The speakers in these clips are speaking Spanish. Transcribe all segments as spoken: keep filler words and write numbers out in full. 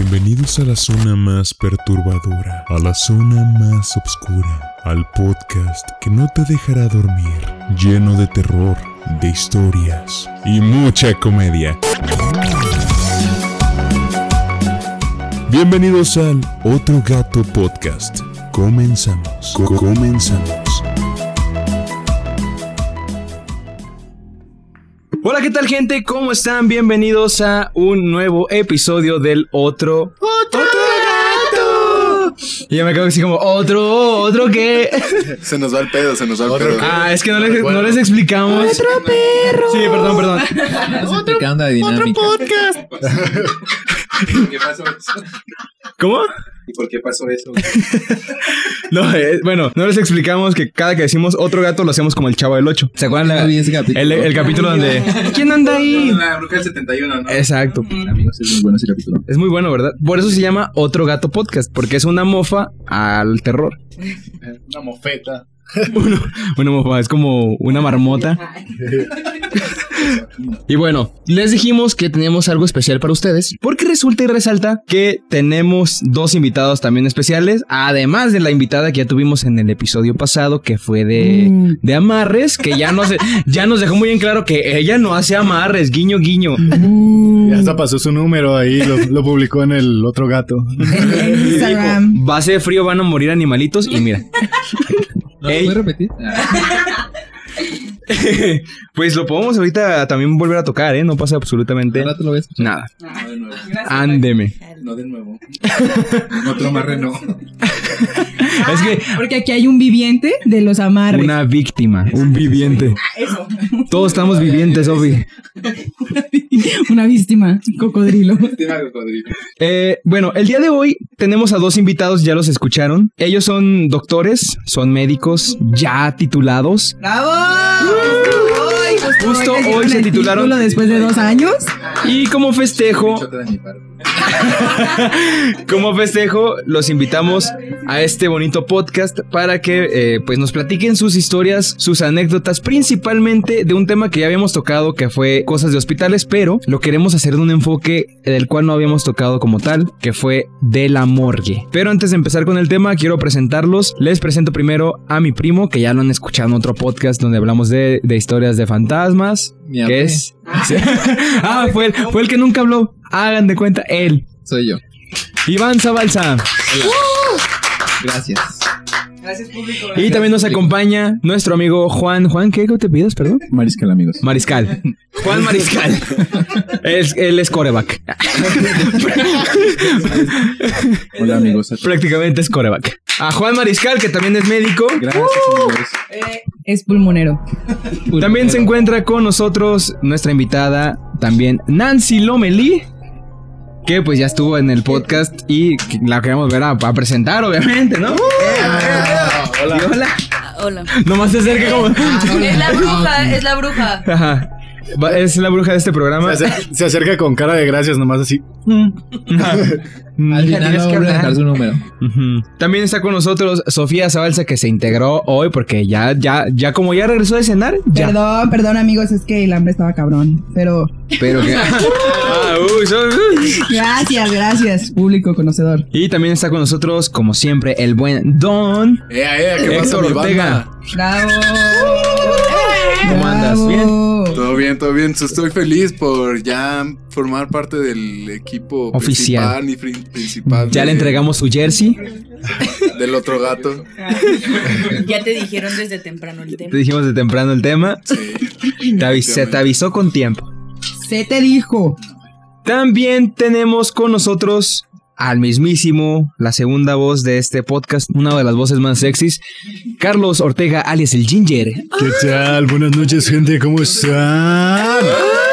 Bienvenidos a la zona más perturbadora, a la zona más oscura, al podcast que no te dejará dormir, lleno de terror, de historias y mucha comedia. Bienvenidos al Otro Gato Podcast. Comenzamos. Co- comenzamos. Hola, ¿qué tal, gente? ¿Cómo están? Bienvenidos a un nuevo episodio del Otro... ¡Otro Gato! Y ya me acabo así como, ¿otro? ¿Otro qué? Se nos va el pedo, se nos va el Otro pedo. Ah, es que no les, no les explicamos. ¡Otro perro! Sí, perdón, perdón. Otro, otro podcast. ¿Por qué pasó eso? ¿Cómo? ¿Y por qué pasó eso? No, eh, bueno, no les explicamos que cada que decimos otro gato lo hacemos como el Chavo del Ocho. ¿Se acuerdan? La, No vi ese capítulo. el, el capítulo donde... ¿Quién anda ahí? La bruja del setenta y uno, ¿no? Exacto. Amigos, es muy bueno ese capítulo. Es muy bueno, ¿verdad? Por eso se llama Otro Gato Podcast, porque es una mofa al terror. Una mofeta. Uno, una mofa, es como una marmota. Y bueno, les dijimos que teníamos algo especial para ustedes, porque resulta y resalta que tenemos dos invitados también especiales, además de la invitada que ya tuvimos en el episodio pasado, que fue de, Mm. de amarres, que ya nos, ya nos dejó muy en claro que ella no hace amarres, guiño, guiño. Mm. Ya hasta pasó su número ahí, lo, lo publicó en el Otro Gato. Instagram. Va a ser frío, van a morir animalitos y mira. ¿No Ey. puedes repetir? Ah, Pues lo podemos ahorita también volver a tocar, ¿eh? No pasa absolutamente al rato lo ves. nada. No de nuevo. Ándeme. No de nuevo. Otro amarre no. Es que Porque aquí hay un viviente de los amarres. una víctima, un viviente. Eso. Todos estamos vivientes, Sofi. Una víctima, cocodrilo. Tema cocodrilo. Eh, bueno, el día de hoy tenemos a dos invitados, ya los escucharon. Ellos son doctores, son médicos ya titulados. ¡Bravo! Justo Hoy hoy se el titularon. título después de dos años. Y como festejo, Bichote de mi parte. como festejo, los invitamos a este bonito podcast para que eh, pues nos platiquen sus historias, sus anécdotas, principalmente de un tema que ya habíamos tocado, que fue cosas de hospitales, pero lo queremos hacer de un enfoque del cual no habíamos tocado como tal, que fue de la morgue. Pero antes de empezar con el tema, quiero presentarlos. Les presento primero a mi primo, que ya lo han escuchado en otro podcast donde hablamos de, de historias de fantasmas, Mi que abuelo. es... ah, fue el, fue el que nunca habló. Hagan de cuenta, él. Soy yo. Iván Zabalza. Gracias. Gracias, público. Y también nos acompaña nuestro amigo Juan. Juan, ¿qué te pides, perdón? Mariscal, amigos. Mariscal. Juan Mariscal. Es- él es coreback. Hola, amigos. Prácticamente es coreback. A Juan Mariscal, que también es médico. Gracias, amigos. Es pulmonero. También se encuentra con nosotros nuestra invitada, también Nancy Lomelí, que pues ya estuvo en el podcast y la queremos ver a, a presentar, obviamente, ¿no? Hola. Y hola. Hola. Nomás se acerca como... Es la bruja, es la bruja. Ajá. Va- Es la bruja de este programa. Se, acer- se acerca con cara de gracias, nomás así. Al final Tienes no que voy a hablar. dejar su número. Ujú. También está con nosotros Sofía Zabalza, que se integró hoy porque ya, ya, ya como ya regresó de cenar, ya. Perdón, perdón, amigos, es que el hambre estaba cabrón. Pero Pero que. Ah, uy, son- uy. gracias, gracias, público conocedor. Y también está con nosotros, como siempre, el buen Don Ea, ea, ¿qué pasa, Héctor mi Ortega. banda? ¡Bravo! ¿Cómo andas? Bravo. ¿Bien? Todo bien, todo bien. Estoy feliz por ya formar parte del equipo Oficial. principal y fri- principal. Ya de- le entregamos su jersey. Del Otro Gato. Ya te dijeron desde temprano el Te tema. dijimos de temprano el tema. Sí. Te avis- se te avisó con tiempo. Se te dijo. También tenemos con nosotros al mismísimo, la segunda voz de este podcast, una de las voces más sexys, Carlos Ortega, alias el Ginger. ¿Qué tal? Buenas noches, gente. ¿Cómo están?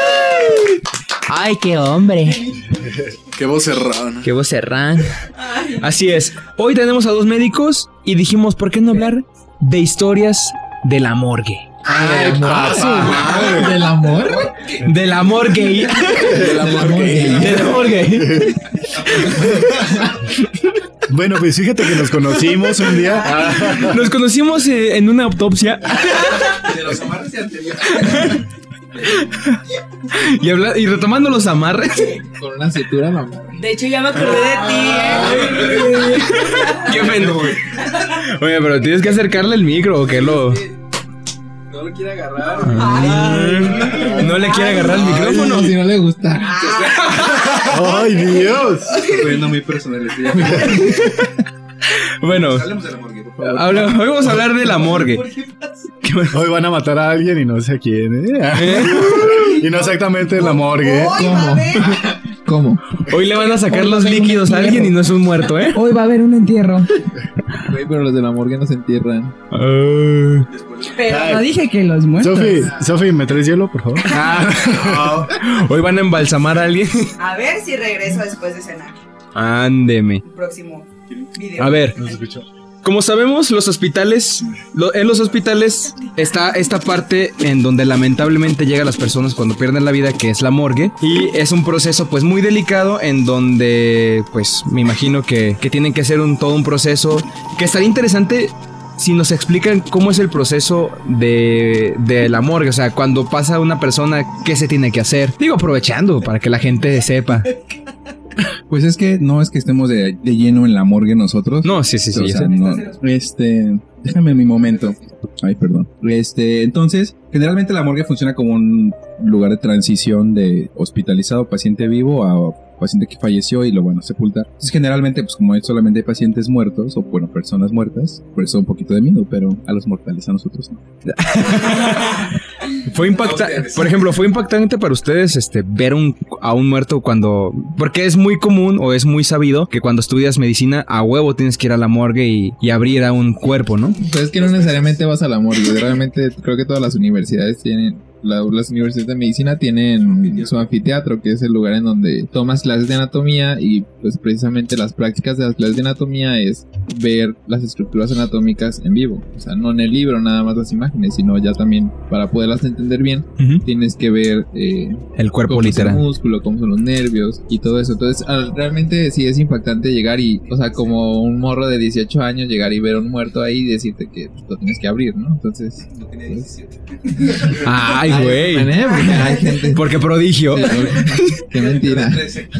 ¡Ay, qué hombre! Qué voz cerrada. ¡Qué voz serrán! Así es, hoy tenemos a dos médicos y dijimos, ¿por qué no hablar de historias de la morgue? Ay, papá. ¿Del amor? De la morgue. Del amor gay. De la morgue. Bueno, pues fíjate que nos conocimos un día. Nos conocimos eh, en una autopsia. De los amarres de anterior. Y, habla, y retomando los amarres. Con una cintura, no. De hecho, ya me acordé de ti, ¿eh? Qué pena. Oye, pero tienes que acercarle el micro, ¿o qué lo...? No lo quiere agarrar. Ay, no le quiere agarrar el micrófono. No, si no le gusta. ¡Ay, Dios! Estoy poniendo muy personal. Bueno, Hablemos de la morgue, por favor. habla- hoy vamos a hablar de la morgue. Hoy van a matar a alguien y no sé a quién, ¿eh? Y no exactamente en la morgue. ¿Cómo? ¿Cómo? Hoy le van a sacar los líquidos a alguien y no es un muerto, ¿eh? Hoy va a haber un entierro. Güey, pero los de la morgue no se entierran. Pero No dije que los muertos. Sofi, Sofi, ¿me traes hielo, por favor? Hoy van a embalsamar a alguien. A ver si regreso después de cenar. Ándeme. Próximo video. A ver, No se escuchó. como sabemos, los hospitales, lo- en los hospitales está esta parte en donde lamentablemente llegan las personas cuando pierden la vida, que es la morgue. Y es un proceso pues muy delicado en donde pues me imagino que, que tienen que hacer un, todo un proceso que estaría interesante si nos explican cómo es el proceso de, de la morgue. O sea, cuando pasa una persona, ¿qué se tiene que hacer? Digo, aprovechando para que la gente sepa. Pues es que no es que estemos de, de lleno en la morgue nosotros. No, sí, sí, sí. O ya sea, sé. no, este, déjame mi momento. Ay, perdón. Este, entonces, generalmente la morgue funciona como un lugar de transición de hospitalizado, paciente vivo a paciente que falleció y lo van a sepultar. Entonces, generalmente, pues como hay solamente hay pacientes muertos o bueno, personas muertas, por eso un poquito de miedo, pero a los mortales, a nosotros no. Fue impactante, por ejemplo, fue impactante para ustedes este ver un, a un muerto cuando, porque es muy común o es muy sabido que cuando estudias medicina a huevo tienes que ir a la morgue y, y abrir a un cuerpo, ¿no? Pues es que no necesariamente vas a la morgue. Realmente creo que todas las universidades tienen, la- las universidades de medicina tienen su anfiteatro, que es el lugar en donde tomas clases de anatomía y pues precisamente las prácticas de las clases de anatomía es ver las estructuras anatómicas en vivo. O sea, no en el libro nada más las imágenes, sino ya también para poderlas entender bien tienes que ver eh, El cuerpo cómo es el literal. músculo, cómo son los nervios y todo eso. Entonces, al- realmente sí es impactante llegar y, o sea, como un morro de dieciocho años, llegar y ver a un muerto ahí y decirte que lo tienes que abrir, ¿no? Entonces, pues, Ay, güey. ¿eh? Porque hay gente. Porque prodigio. Qué mentira.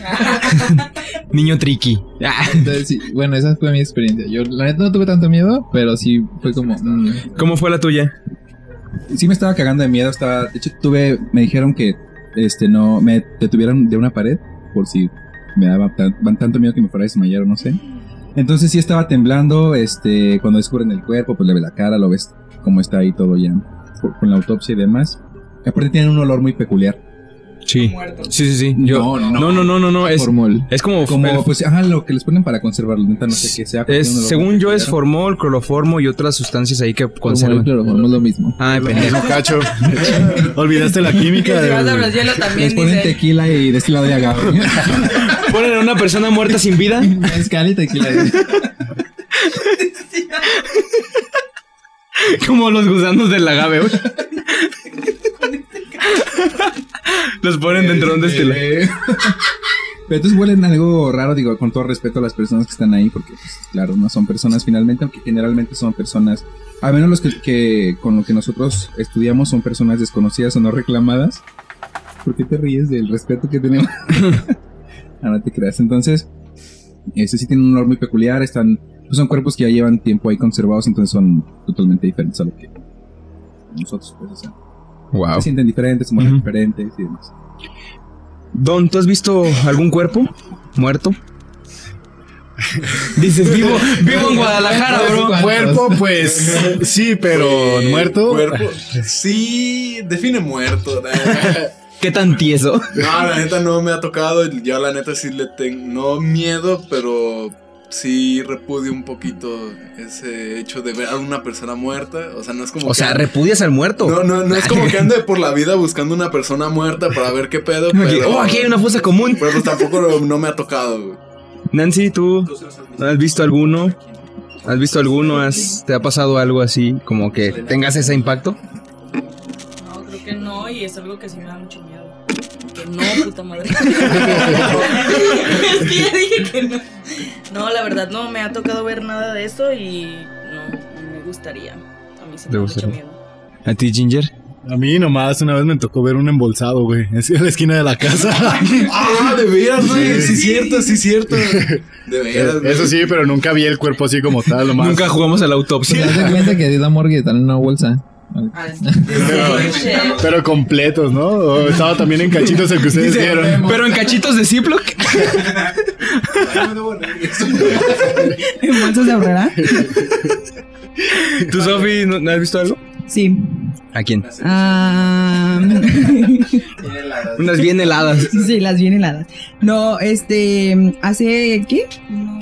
Niño triqui. Ah, Entonces, sí, bueno, esa fue mi experiencia. Yo, la neta, no tuve tanto miedo, pero sí fue como. mm, ¿Cómo fue la tuya? Sí me estaba cagando de miedo, estaba, de hecho tuve, me dijeron que este no me detuvieron de una pared por si me daba tan, tanto miedo que me fuera a desmayar o no sé. Entonces sí estaba temblando, este, cuando descubren el cuerpo, pues le ves la cara, lo ves cómo está ahí todo ya por- con la autopsia y demás. Aparte tienen un olor muy peculiar. Sí. Sí, sí, sí. Yo, No, no. no, no, no, no, no. Es, formol. es como, Como el- pues ajá, lo que les ponen para conservarlo, neta no sé qué sea. pero es, tiene un olor según muy yo es peculiar. formol, cloroformo y otras sustancias ahí que Formol y conservan. cloroformo es lo mismo. Ay, pendejo. Cacho. Olvidaste la química si vas a de... Brasil también Les ponen dice. tequila y destilado de agave. Ponen a una persona muerta sin vida. Mezcal y tequila. Como los gusanos del agave, güey. Los ponen dentro de un destilado. Pero entonces huelen algo raro, digo, con todo respeto a las personas que están ahí, porque, pues, claro, no son personas finalmente, aunque generalmente son personas, al menos los que, que con lo que nosotros estudiamos son personas desconocidas o no reclamadas. ¿Por qué te ríes del respeto que tenemos? Ah, no te creas. Entonces, este sí tiene un olor muy peculiar, están, pues son cuerpos que ya llevan tiempo ahí conservados, entonces son totalmente diferentes a lo que nosotros, pues, o sea, Wow. se sienten diferentes, se mueven Ujú. diferentes y demás. Don, ¿tú has visto algún cuerpo muerto? Dices, vivo, vivo en Guadalajara, bro. Cuerpo, pues sí, pero muerto. Cuerpo. Sí, define muerto. ¿Qué tan tieso? No, la neta no me ha tocado. Ya la neta sí le tengo, no miedo, pero sí repudio un poquito ese hecho de ver a una persona muerta. O sea, no es como O que sea, ande- repudias al muerto. no, no, no es como que ande por la vida buscando una persona muerta para ver qué pedo. Aquí- Pero, oh, aquí hay una fosa común. pero pues tampoco no, no me ha tocado, güey. Nancy, ¿tú has visto alguno? ¿Has visto alguno? ¿Has, ¿Te ha pasado algo así? Como que tengas ese impacto. No, creo que no, y es algo que sí me da mucho miedo. Que no, puta madre. Es que ya dije que no. No, la verdad, no me ha tocado ver nada de eso y no, no me gustaría. A mí sí me ¿Te da mucho gustaría? miedo. ¿A ti, Ginger? A mí nomás una vez me tocó ver un embolsado, güey. Es en la esquina de la casa. Ah, de veras, güey. Sí. Sí, cierto, sí, cierto. De veras, güey. Eso sí, pero nunca vi el cuerpo así como tal, nomás. Nunca jugamos a la autopsia. Te das cuenta que la morgue está en una bolsa. Pero, pero completos, ¿no? O estaba también en cachitos el que ustedes Dice, vieron. pero en cachitos de Ziploc. En bolsas de ahorrera. ¿Tú, Sofi, no, no has visto algo? Sí. ¿A quién? Ah, Unas bien heladas. sí, las bien heladas. No, este, hace, ¿qué? Unos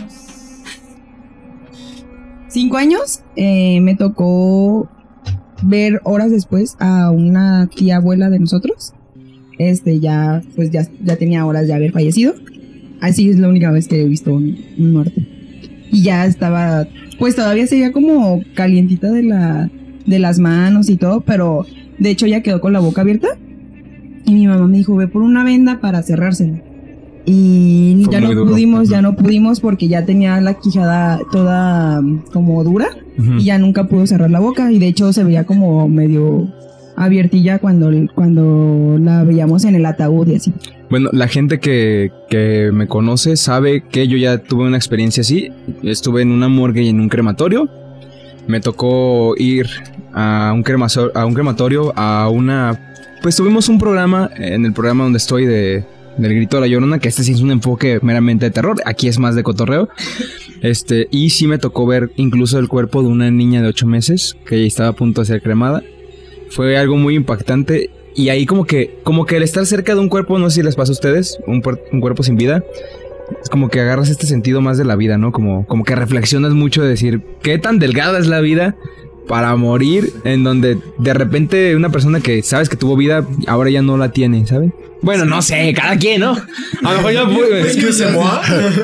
cinco años eh, me tocó ver horas después a una tía abuela de nosotros. Este, ya, pues ya, ya tenía horas de haber fallecido. Así es la única vez que he visto un, un muerto. Y ya estaba, pues todavía seguía como calientita de la, de las manos y todo, pero de hecho ya quedó con la boca abierta. Y mi mamá me dijo, ve por una venda para cerrársela. Y Fue ya no muy duro. pudimos, ya no pudimos porque ya tenía la quijada toda um, como dura. Ujú. Y ya nunca pudo cerrar la boca. Y de hecho se veía como medio abiertilla cuando, cuando la veíamos en el ataúd y así. Bueno, la gente que, que me conoce sabe que yo ya tuve una experiencia así. Estuve en una morgue y en un crematorio. Me tocó ir a un, cremazo- a un crematorio, a una... Pues tuvimos un programa, en el programa donde estoy de, del Grito de la Llorona, que este sí es un enfoque meramente de terror. Aquí es más de cotorreo. Este, y sí me tocó ver incluso el cuerpo de una niña de ocho meses que estaba a punto de ser cremada. Fue algo muy impactante. Y ahí como que, como que el estar cerca de un cuerpo, no sé si les pasa a ustedes, un, puer- un cuerpo sin vida, es como que agarras este sentido más de la vida, ¿no? Como, como que reflexionas mucho de decir, ¿qué tan delgada es la vida para morir? En donde de repente una persona que sabes que tuvo vida, ahora ya no la tiene, ¿saben? Bueno, no sé, cada quien, ¿no? A lo mejor ya pude. Es que se moa.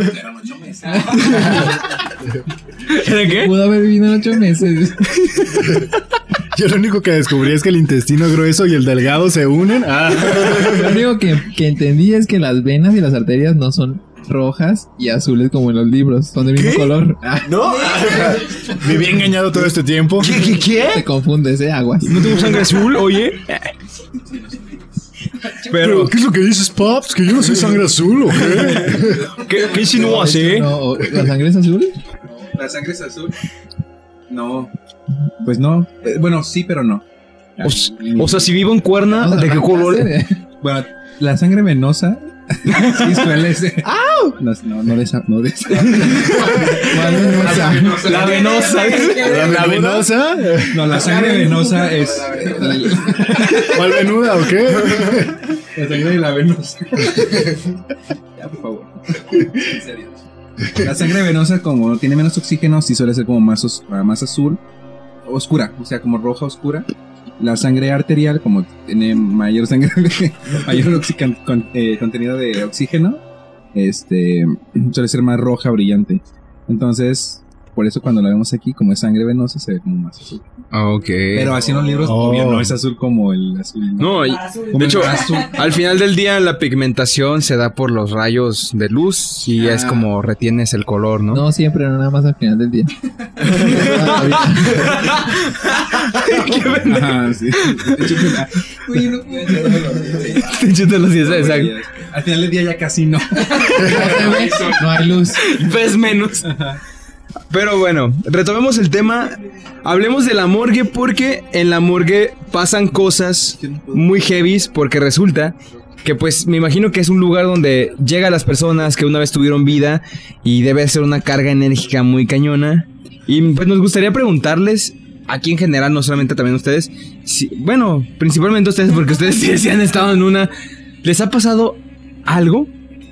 ¿Era qué? Pudo haber vivido en ocho meses. Yo lo único que descubrí es que el intestino grueso y el delgado se unen. Ah. Lo único que, que entendí es que las venas y las arterias no son rojas y azules como en los libros. Son del mismo color. Ah, ¿No? Viví engañado todo este tiempo. ¿Qué, qué, qué? te confundes, ¿eh? Aguas. ¿No tengo sangre azul, oye? Pero, ¿qué es lo que dices, Pops? ¿Que yo no soy sangre azul o qué? ¿Qué, qué insinúas, eh? No, o- ¿la sangre es azul? ¿La sangre es azul? No. Pues no. Eh, bueno, sí, pero no. O, s- o sea, si vivo en Cuerna, Vamos a ¿de qué color? arrancarse, ¿eh? Bueno, la sangre venosa sí suele ser. No, no, no de esa. No de esa. ¿Cuál venosa? La venosa. ¿La venosa? No, la sangre venosa es. ¿Cuál venuda o qué? La sangre de la venosa. Ya, por favor. En serio. La sangre venosa, como tiene menos oxígeno, sí suele ser como más, os- más azul, oscura, o sea, como roja oscura. La sangre arterial, como tiene mayor sangre, mayor oxi- con- eh, contenido de oxígeno, este, suele ser más roja, brillante. Entonces, por eso cuando la vemos aquí, como es sangre venosa, se ve como más azul. Ok. Pero así en los libros, Oh. obvio, no es azul como el azul. No, y- Como de el hecho, azul. al final del día la pigmentación se da por los rayos de luz y es Ah. como retienes el color, ¿no? No siempre, no nada más al final del día. Ajá, sí. De hecho, Oye, no puedo. Yo te lo decía, exacto. al final del día ya casi no. No hay luz. Ves menos. Pero bueno, retomemos el tema. Hablemos de la morgue porque en la morgue pasan cosas muy heavies porque resulta que pues me imagino que es un lugar donde llegan las personas que una vez tuvieron vida y debe ser una carga enérgica muy cañona. Y pues nos gustaría preguntarles, aquí en general, no solamente también ustedes, si, bueno, principalmente ustedes porque ustedes sí, sí han estado en una... ¿Les ha pasado algo?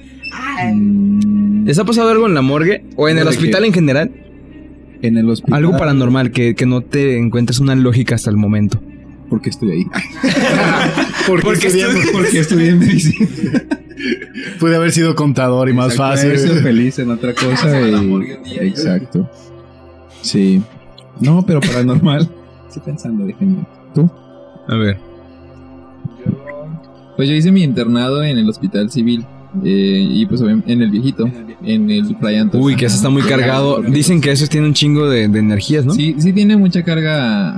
¿Les ha pasado algo en la morgue? ¿O en el ¿De hospital qué? en general? En el hospital. Algo paranormal que, que no te encuentres una lógica hasta el momento. ¿Por qué estoy ahí? ¿Por qué Porque estudiamos? Porque estudié medicina. Pude haber sido contador y más Exacto, fácil. haber sido feliz en otra cosa. Y... Exacto. Sí. No, pero paranormal. Estoy pensando, déjenme. ¿Tú? A ver. Pues yo hice mi internado en el hospital civil. eh, y pues obviamente en el viejito. En el Playanto. Uy, que eso está muy cargado. Dicen que eso tiene un chingo de, de energías, ¿no? Sí, sí tiene mucha carga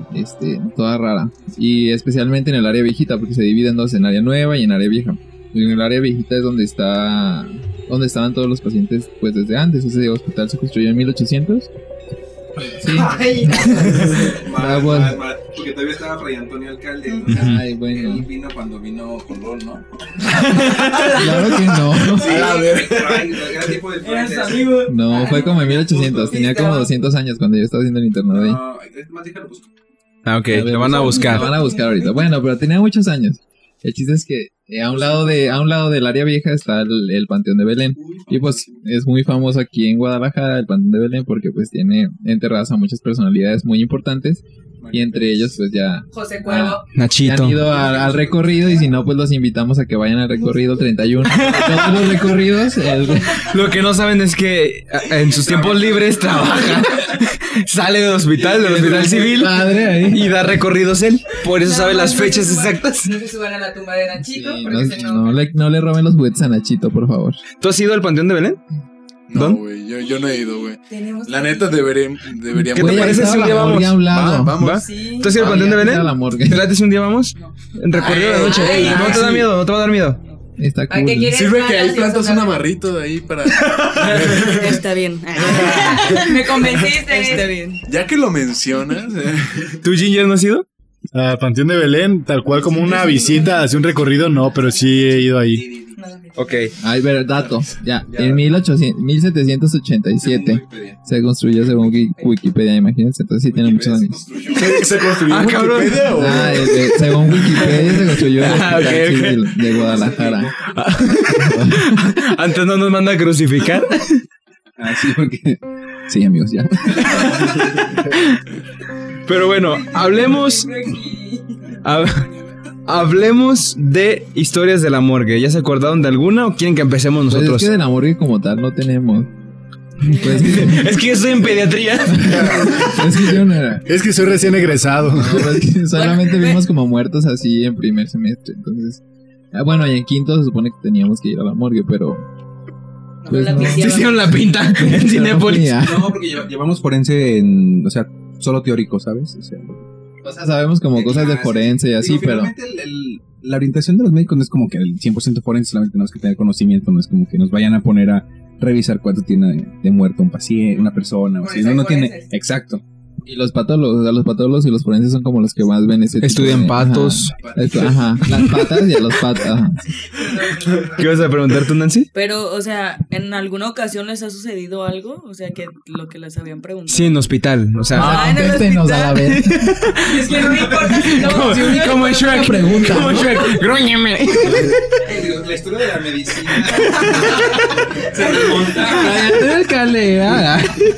este, toda rara. Y especialmente en el área viejita, porque se divide en dos, en área nueva y en área vieja. Y en el área viejita es donde está, donde estaban todos los pacientes, pues desde antes. Ese hospital se construyó en mil ochocientos. Sí. Ay, Ah, bueno. mal, mal, porque todavía estaba Fray Antonio Alcalde. ¿No? Ay, bueno. Él vino cuando vino con Rol, ¿no? Claro que no. Sí, A ver. Fray, era tipo de Eran Fray. amigos. No, fue como en mil ochocientos. Tenía como doscientos años cuando yo estaba haciendo el internado ahí. No, es más, déjalo buscar. Ah, ok, A ver, lo van a Lo buscar. van a buscar ahorita. Bueno, pero tenía muchos años. El chiste es que eh, a un lado de a un lado del área vieja está el, el Panteón de Belén. Y pues es muy famoso aquí en Guadalajara el Panteón de Belén porque pues tiene enterradas a muchas personalidades muy importantes. Y entre ellos pues ya, José Cuervo. ya Nachito. han ido a- al recorrido. Y si no pues los invitamos a que vayan al recorrido treinta y uno. Todos los recorridos el- Lo que no saben es que a- en sus tiempos libres trabaja. Sale del hospital, del hospital civil. Padre ahí. Y da recorridos él. Por eso Nada sabe más las no se fechas suban- exactas. No se suban a la tumba de Nachito. Sí, porque no, si no. no le, no le roben los juguetes a Nachito, por favor. ¿Tú has ido al Panteón de Belén? No, ¿Don? güey, yo, yo no he ido, güey. Tenemos La neta debería, deberíamos... ¿Qué te Güey, ahí parece estaba si un día la vamos? morgue a un lado. Va, vamos. ¿Va? Sí. ¿Tú has ido al Ah, Panteón de ya, Belén? era la morgue. ¿Te late si un día vamos? En recorrido de Ay, noche. ay, no te da sí. miedo, no te va a dar miedo. Está ¿Para qué cool. quieres? Sirve que ahí Matas y plantas vas a un andar- amarrito de ahí para... Está bien. Me convenciste. Está bien. Ya que lo mencionas... eh, ¿Tú, Ginger, no has ido? Al Panteón de Belén, tal cual como una visita, hacia un recorrido, no, pero sí he ido ahí. Ok. Ay, ver, dato. Ya, en mil ochocientos, mil setecientos ochenta y siete se construyó según Wiki- Wikipedia, imagínense. Entonces sí tiene muchos años. ¿Se, se construyó Ah, en cabrón. Wikipedia o...? Ah, eh, eh, según Wikipedia se construyó el Ah, Hospital ok, ok. Civil de Guadalajara. Antes no nos manda a crucificar. Ah, sí, porque... Sí, amigos, ya. Pero bueno, hablemos. hab- hablemos de historias de la morgue. ¿Ya se acordaron de alguna o quieren que empecemos Pues nosotros? es que de la morgue como tal no tenemos. Pues Es que yo estoy en pediatría. es que yo no era. Es que soy recién egresado. No, pues es que solamente vimos como muertos así en primer semestre. Entonces, ah, bueno, y en quinto se supone que teníamos que ir a la morgue, pero pues La no. Se pitiaba. hicieron la pinta en Cinépolis. Ya. No, porque lle- llevamos forense en... O sea, solo teórico, ¿sabes? O sea... O sea, sabemos como cosas de forense y así, Digo, pero finalmente el- el- la orientación de los médicos no es como que el cien por ciento forense, solamente tenemos que tener conocimiento, no es como que nos vayan a poner a revisar cuánto tiene de, de muerto un paciente, una persona, o Por si eso no, hay no tiene... forenses. Exacto. y los patólogos, o sea, los patólogos y los forenses son como los que más ven ese tipo Estudian de- patos. Ajá, esto- ajá, las patas y a los patas. Ajá. ¿Qué vas a preguntar tú, Nancy? Pero, o sea, ¿en alguna ocasión les ha sucedido algo? O sea, que lo que les habían preguntado. Sí, en hospital. O sea, Ah, en el Contéstenos a la hospital. vez. Es que no me importa si no. como, si un día como en me Shrek. pregunta, Como en ¿no? Shrek. Grúñeme. La historia de la medicina se remonta Cállate el calea.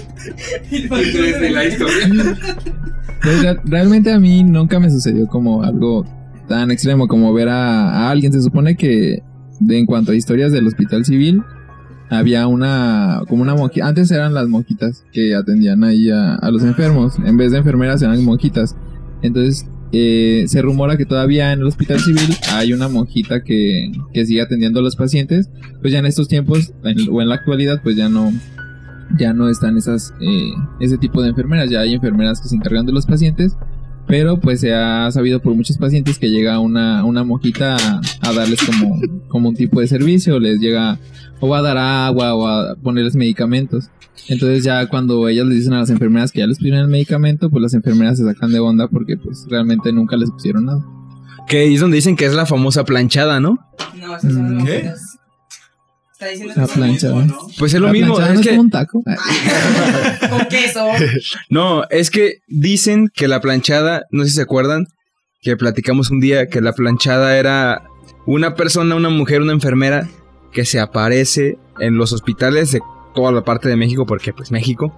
desde la historia. Pues, re- realmente a mí nunca me sucedió como algo tan extremo como ver a, a alguien. Se supone que de, en cuanto a historias del hospital civil, había una, como una monjita. Antes eran las monjitas que atendían ahí a, a los enfermos. En vez de enfermeras eran monjitas. Entonces, eh, se rumora que todavía en el hospital civil hay una monjita que, que sigue atendiendo a los pacientes. Pues ya en estos tiempos, en- o en la actualidad, pues ya no, ya no están esas, eh, ese tipo de enfermeras. Ya hay enfermeras que se encargan de los pacientes. Pero pues se ha sabido por muchos pacientes que llega una, una monjita a, a darles como, como un tipo de servicio. Les llega o a dar agua o a ponerles medicamentos. Entonces ya cuando ellas les dicen a las enfermeras que ya les pusieron el medicamento, pues las enfermeras se sacan de onda porque pues realmente nunca les pusieron nada. Que es donde dicen que es la famosa planchada, ¿no? No, esas son las ¿Qué? monjitas. Está diciendo La que son planchada. Pues es lo La mismo. planchada Es no es que, como un taco. con queso. no, es que dicen que la planchada, no sé si se acuerdan, que platicamos un día que la planchada era una persona, una mujer, una enfermera que se aparece en los hospitales de toda la parte de México, porque pues México,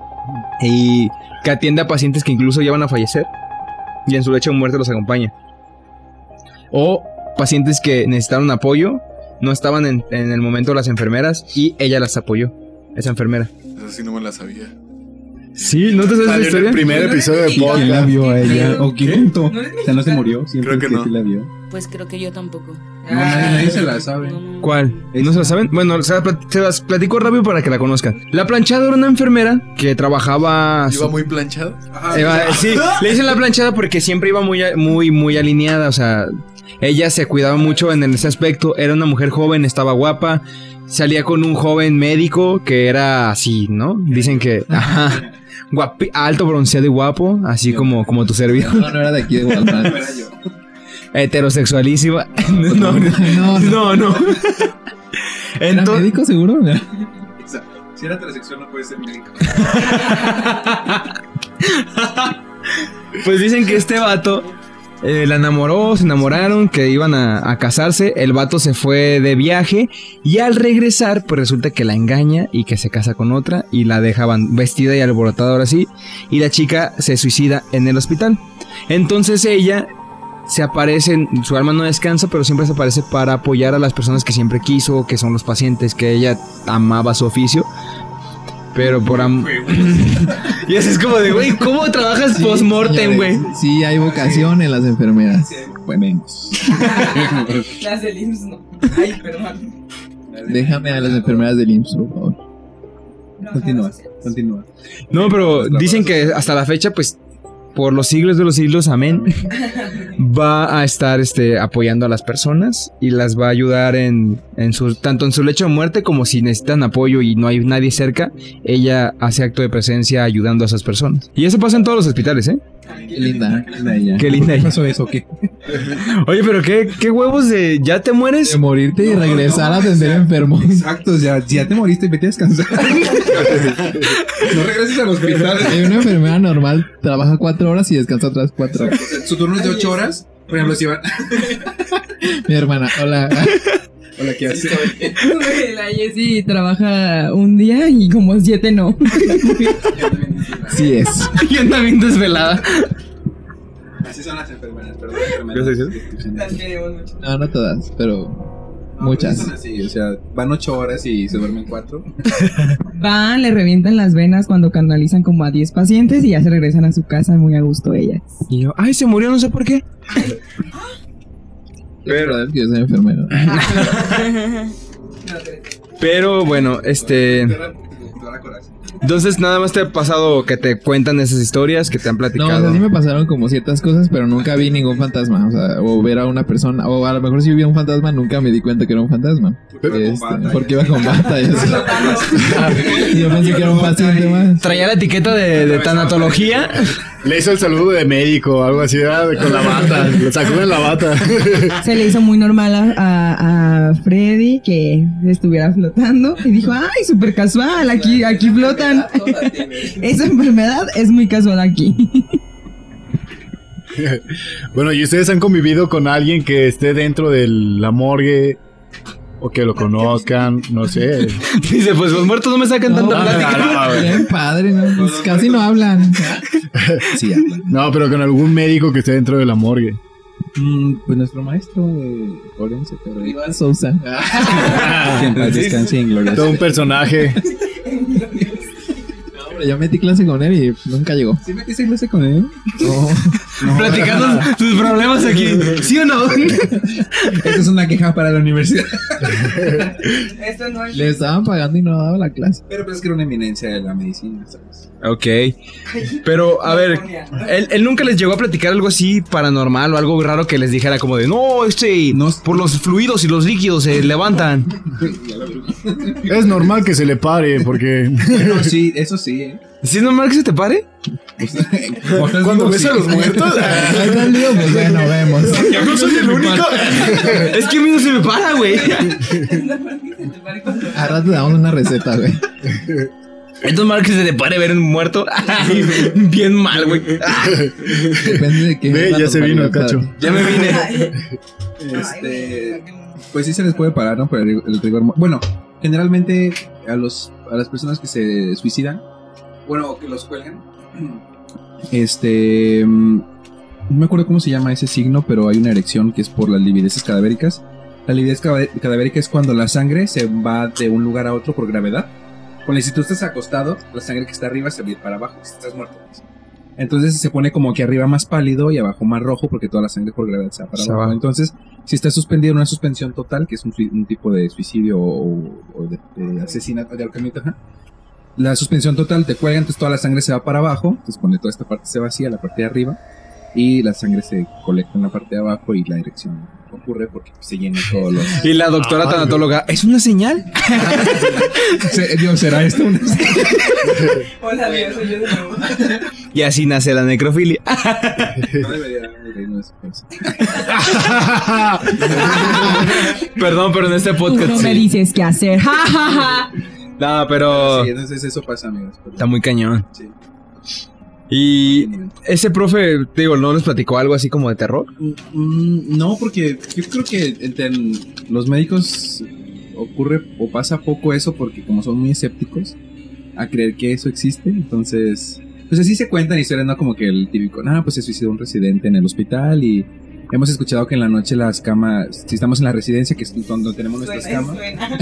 y que atiende a pacientes que incluso ya van a fallecer y en su lecho de muerte los acompaña. O pacientes que necesitaron apoyo, no estaban en, en el momento las enfermeras y ella las apoyó, esa enfermera. Eso sí no me la sabía. Sí, ¿no te sabes esa Salió en historia? el primer episodio de ¿Y quién la podcast. vio a ella? ¿O quién contó? ¿No eres O sea, no se murió. Siempre Creo que no. sí la vio. Pues creo que yo tampoco. No, nadie, nadie se la sabe. No, no. ¿Cuál? ¿No se la saben? Bueno, se, la plat- se las platico rápido para que la conozcan. La planchada era una enfermera que trabajaba... Iba muy planchado. Iba- sí, le dicen la planchada porque siempre iba muy, muy, muy alineada, o sea, ella se cuidaba mucho en ese aspecto, era una mujer joven, estaba guapa, salía con un joven médico que era así, ¿no? Dicen que, ajá, guapi- alto, bronceado y guapo, así como, como tu servidor, No, no era de aquí de Guadalajara. heterosexualísima, no, no, No, no. no, no. ¿Era Ento- médico seguro? Si era heterosexual no puede ser médico. Pues dicen que este vato eh, la enamoró, se enamoraron, que iban a, a casarse. El vato se fue de viaje y al regresar, pues resulta que la engaña y que se casa con otra y la dejaban vestida y alborotada ahora sí. Y la chica se suicida en el hospital. Entonces ella se aparece, su alma no descansa, pero siempre se aparece para apoyar a las personas que siempre quiso, que son los pacientes, que ella amaba su oficio. Pero por am... Y así es como de, güey, ¿cómo trabajas Sí, post-mortem, güey? señores, Sí, hay vocación en las enfermeras. Ponemos. Las del I M S S no. Ay, perdón. Déjame a las enfermeras del I M S S, por favor. Continúa, continúa. No, pero dicen que hasta la fecha, pues, por los siglos de los siglos, amén, va a estar este, apoyando a las personas y las va a ayudar en, en su, tanto en su lecho de muerte como si necesitan apoyo y no hay nadie cerca, ella hace acto de presencia ayudando a esas personas. Y eso pasa en todos los hospitales, ¿eh? Qué linda. Linda ella. Qué linda ¿Qué ella. pasó eso? ¿Qué? Oye, pero qué, qué huevos de ya te mueres. De morirte y No, regresar no, a atender o sea, enfermos. Exacto, ya, ya te moriste, vete a descansar. No regreses al hospital. Hay una enfermera normal, trabaja cuatro horas y descansa otras cuatro. O sea, su turno es de ocho horas. Por ejemplo, si van. Mi hermana, hola. Hola, ¿qué hace? La Jessie trabaja un día y como siete no. Sí es. Yo también desvelada. Así son las enfermeras, perdón. ¿Qué se Las queremos mucho. No, no todas, pero muchas. Son así, o sea, van ocho horas y se duermen cuatro. Van, le revientan las venas cuando canalizan como a diez pacientes y ya se regresan a su casa muy a gusto ellas. Y yo, ay, se murió, no sé por qué. Pero es que yo soy enfermero. Pero bueno, este... Entonces nada más te ha pasado que te cuentan esas historias, que te han No, o platicado. sea, sí me pasaron como ciertas cosas, pero nunca vi ningún fantasma. O sea, o ver a una persona, o a lo mejor si vi a un fantasma, nunca me di cuenta que era un fantasma. Este, porque iba con bata y así. Y yo pensé que era un paciente más. Traía la etiqueta de, de tanatología. Le hizo el saludo de médico o algo así, ¿verdad? Con la bata. Le sacó de la bata. Se le hizo muy normal a, a, a Freddy que estuviera flotando y dijo, ay, súper casual, aquí, aquí flotan. Esa enfermedad es muy casual aquí. Bueno, ¿y ustedes han convivido con alguien que esté dentro de la morgue? O que lo conozcan, no sé. Dice, pues los muertos no me sacan tanta no, plática. no, no, güey. Bien padre, ¿no? Pues casi no hablan. Sí, hablan. No, pero con algún médico que esté dentro de la morgue. Mm, pues nuestro maestro de forense, pero. Iván Sousa. Que en paz descanse en gloria. Todo un personaje. No, hombre, yo metí clase con él y nunca llegó. ¿Sí metiste clase con él? No. No. Platicando tus problemas aquí. ¿Sí o no? Esta es una queja para la universidad. Esto no es. Le estaban pagando y no daba la clase. Pero pues es que era una eminencia de la medicina, ¿sabes? Ok. Pero, a ver, él, él nunca les llegó a platicar algo así paranormal o algo raro que les dijera como de, no, este, No. por los fluidos y los líquidos se levantan. Es normal que se le pare porque... No, sí, eso sí, ¿eh? ¿Sí es normal que se te pare? Cuando ves a los muertos... Ahí está el lío, pues bueno, vemos. Yo no soy el único. Es que a mí no se me para, güey. A rato te damos una receta, güey. ¿Es normal que se te pare ver un muerto? Bien mal, güey. Depende de qué. Ve, ya se vino el cacho. Ya me vine. Este, pues sí se les puede parar, ¿no? Por el, el rigor. mo- Bueno, generalmente a los a las personas que se suicidan, bueno, o que los cuelgan, este, mm, no me acuerdo cómo se llama ese signo, pero hay una erección que es por las livideces cadavéricas. La lividez cava- cadavérica es cuando la sangre se va de un lugar a otro por gravedad. Porque si tú estás acostado, la sangre que está arriba se va a ir para abajo, si estás muerto. Entonces se pone como que arriba más pálido y abajo más rojo porque toda la sangre por gravedad se va para abajo. Entonces, si estás suspendido en una suspensión total, que es un, un tipo de suicidio o, o de, de asesinato, de ahorcamiento, ajá. La suspensión total te cuelga, entonces toda la sangre se va para abajo, entonces pone toda esta parte se vacía, la parte de arriba, y la sangre se colecta en la parte de abajo y la erección ocurre porque se llena todos los... Y la doctora ah, tanatóloga, ¿es una señal? Dios, ¿será esto una señal? Hola, Dios, soy yo de nuevo. Y así nace la necrofilia. No debería reírnos de eso. Perdón, pero en este podcast Tú no sí. me dices qué hacer. Ja, ja, ja. No, pero... Sí, entonces eso pasa, amigos. Pero... Está muy cañón. Sí. Y ese profe, digo, ¿no les platicó algo así como de terror? Mm, no, porque yo creo que entre los médicos ocurre o pasa poco eso porque como son muy escépticos a creer que eso existe, entonces pues así se cuentan historias, no como que el típico, ah, pues se suicidó un residente en el hospital y hemos escuchado que en la noche las camas, si estamos en la residencia, que es donde tenemos nuestras Suena, camas, suena.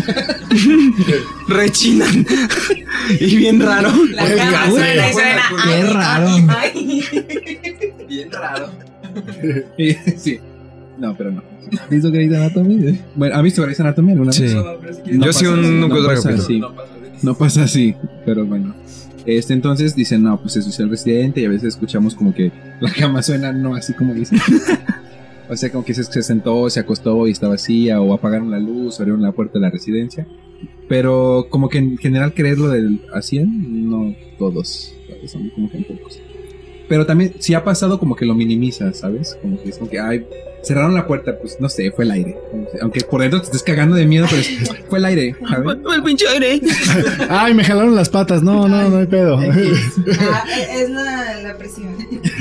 Rechinan. Y bien raro. La cama suena y suena. Qué Ay, raro. ay. bien raro. Y- sí, no, pero no. ¿Hizo Grey's Anatomy? Bueno, ¿han visto Grey's Anatomy alguna Sí. vez? Yo sí un- no nunca otra pasa capítulo. así. No pasa así, pero bueno. Este, entonces dicen, no, pues se suicidó el residente y a veces escuchamos como que la cama suena, no así como dicen. O sea, como que se, se sentó, se acostó y está vacía, o apagaron la luz, o abrieron la puerta de la residencia. Pero como que en general creerlo del hacían, no todos, ¿sabes? Son como que pocos. Pero también, si ha pasado, como que lo minimiza, ¿sabes? Como que es como que, ay, cerraron la puerta, pues no sé, fue el aire. Aunque por dentro te estés cagando de miedo, pero es, fue el aire, ¿sabes? El pinche aire. Ay, me jalaron las patas. No, no, no hay pedo. Ah, es la, la presión.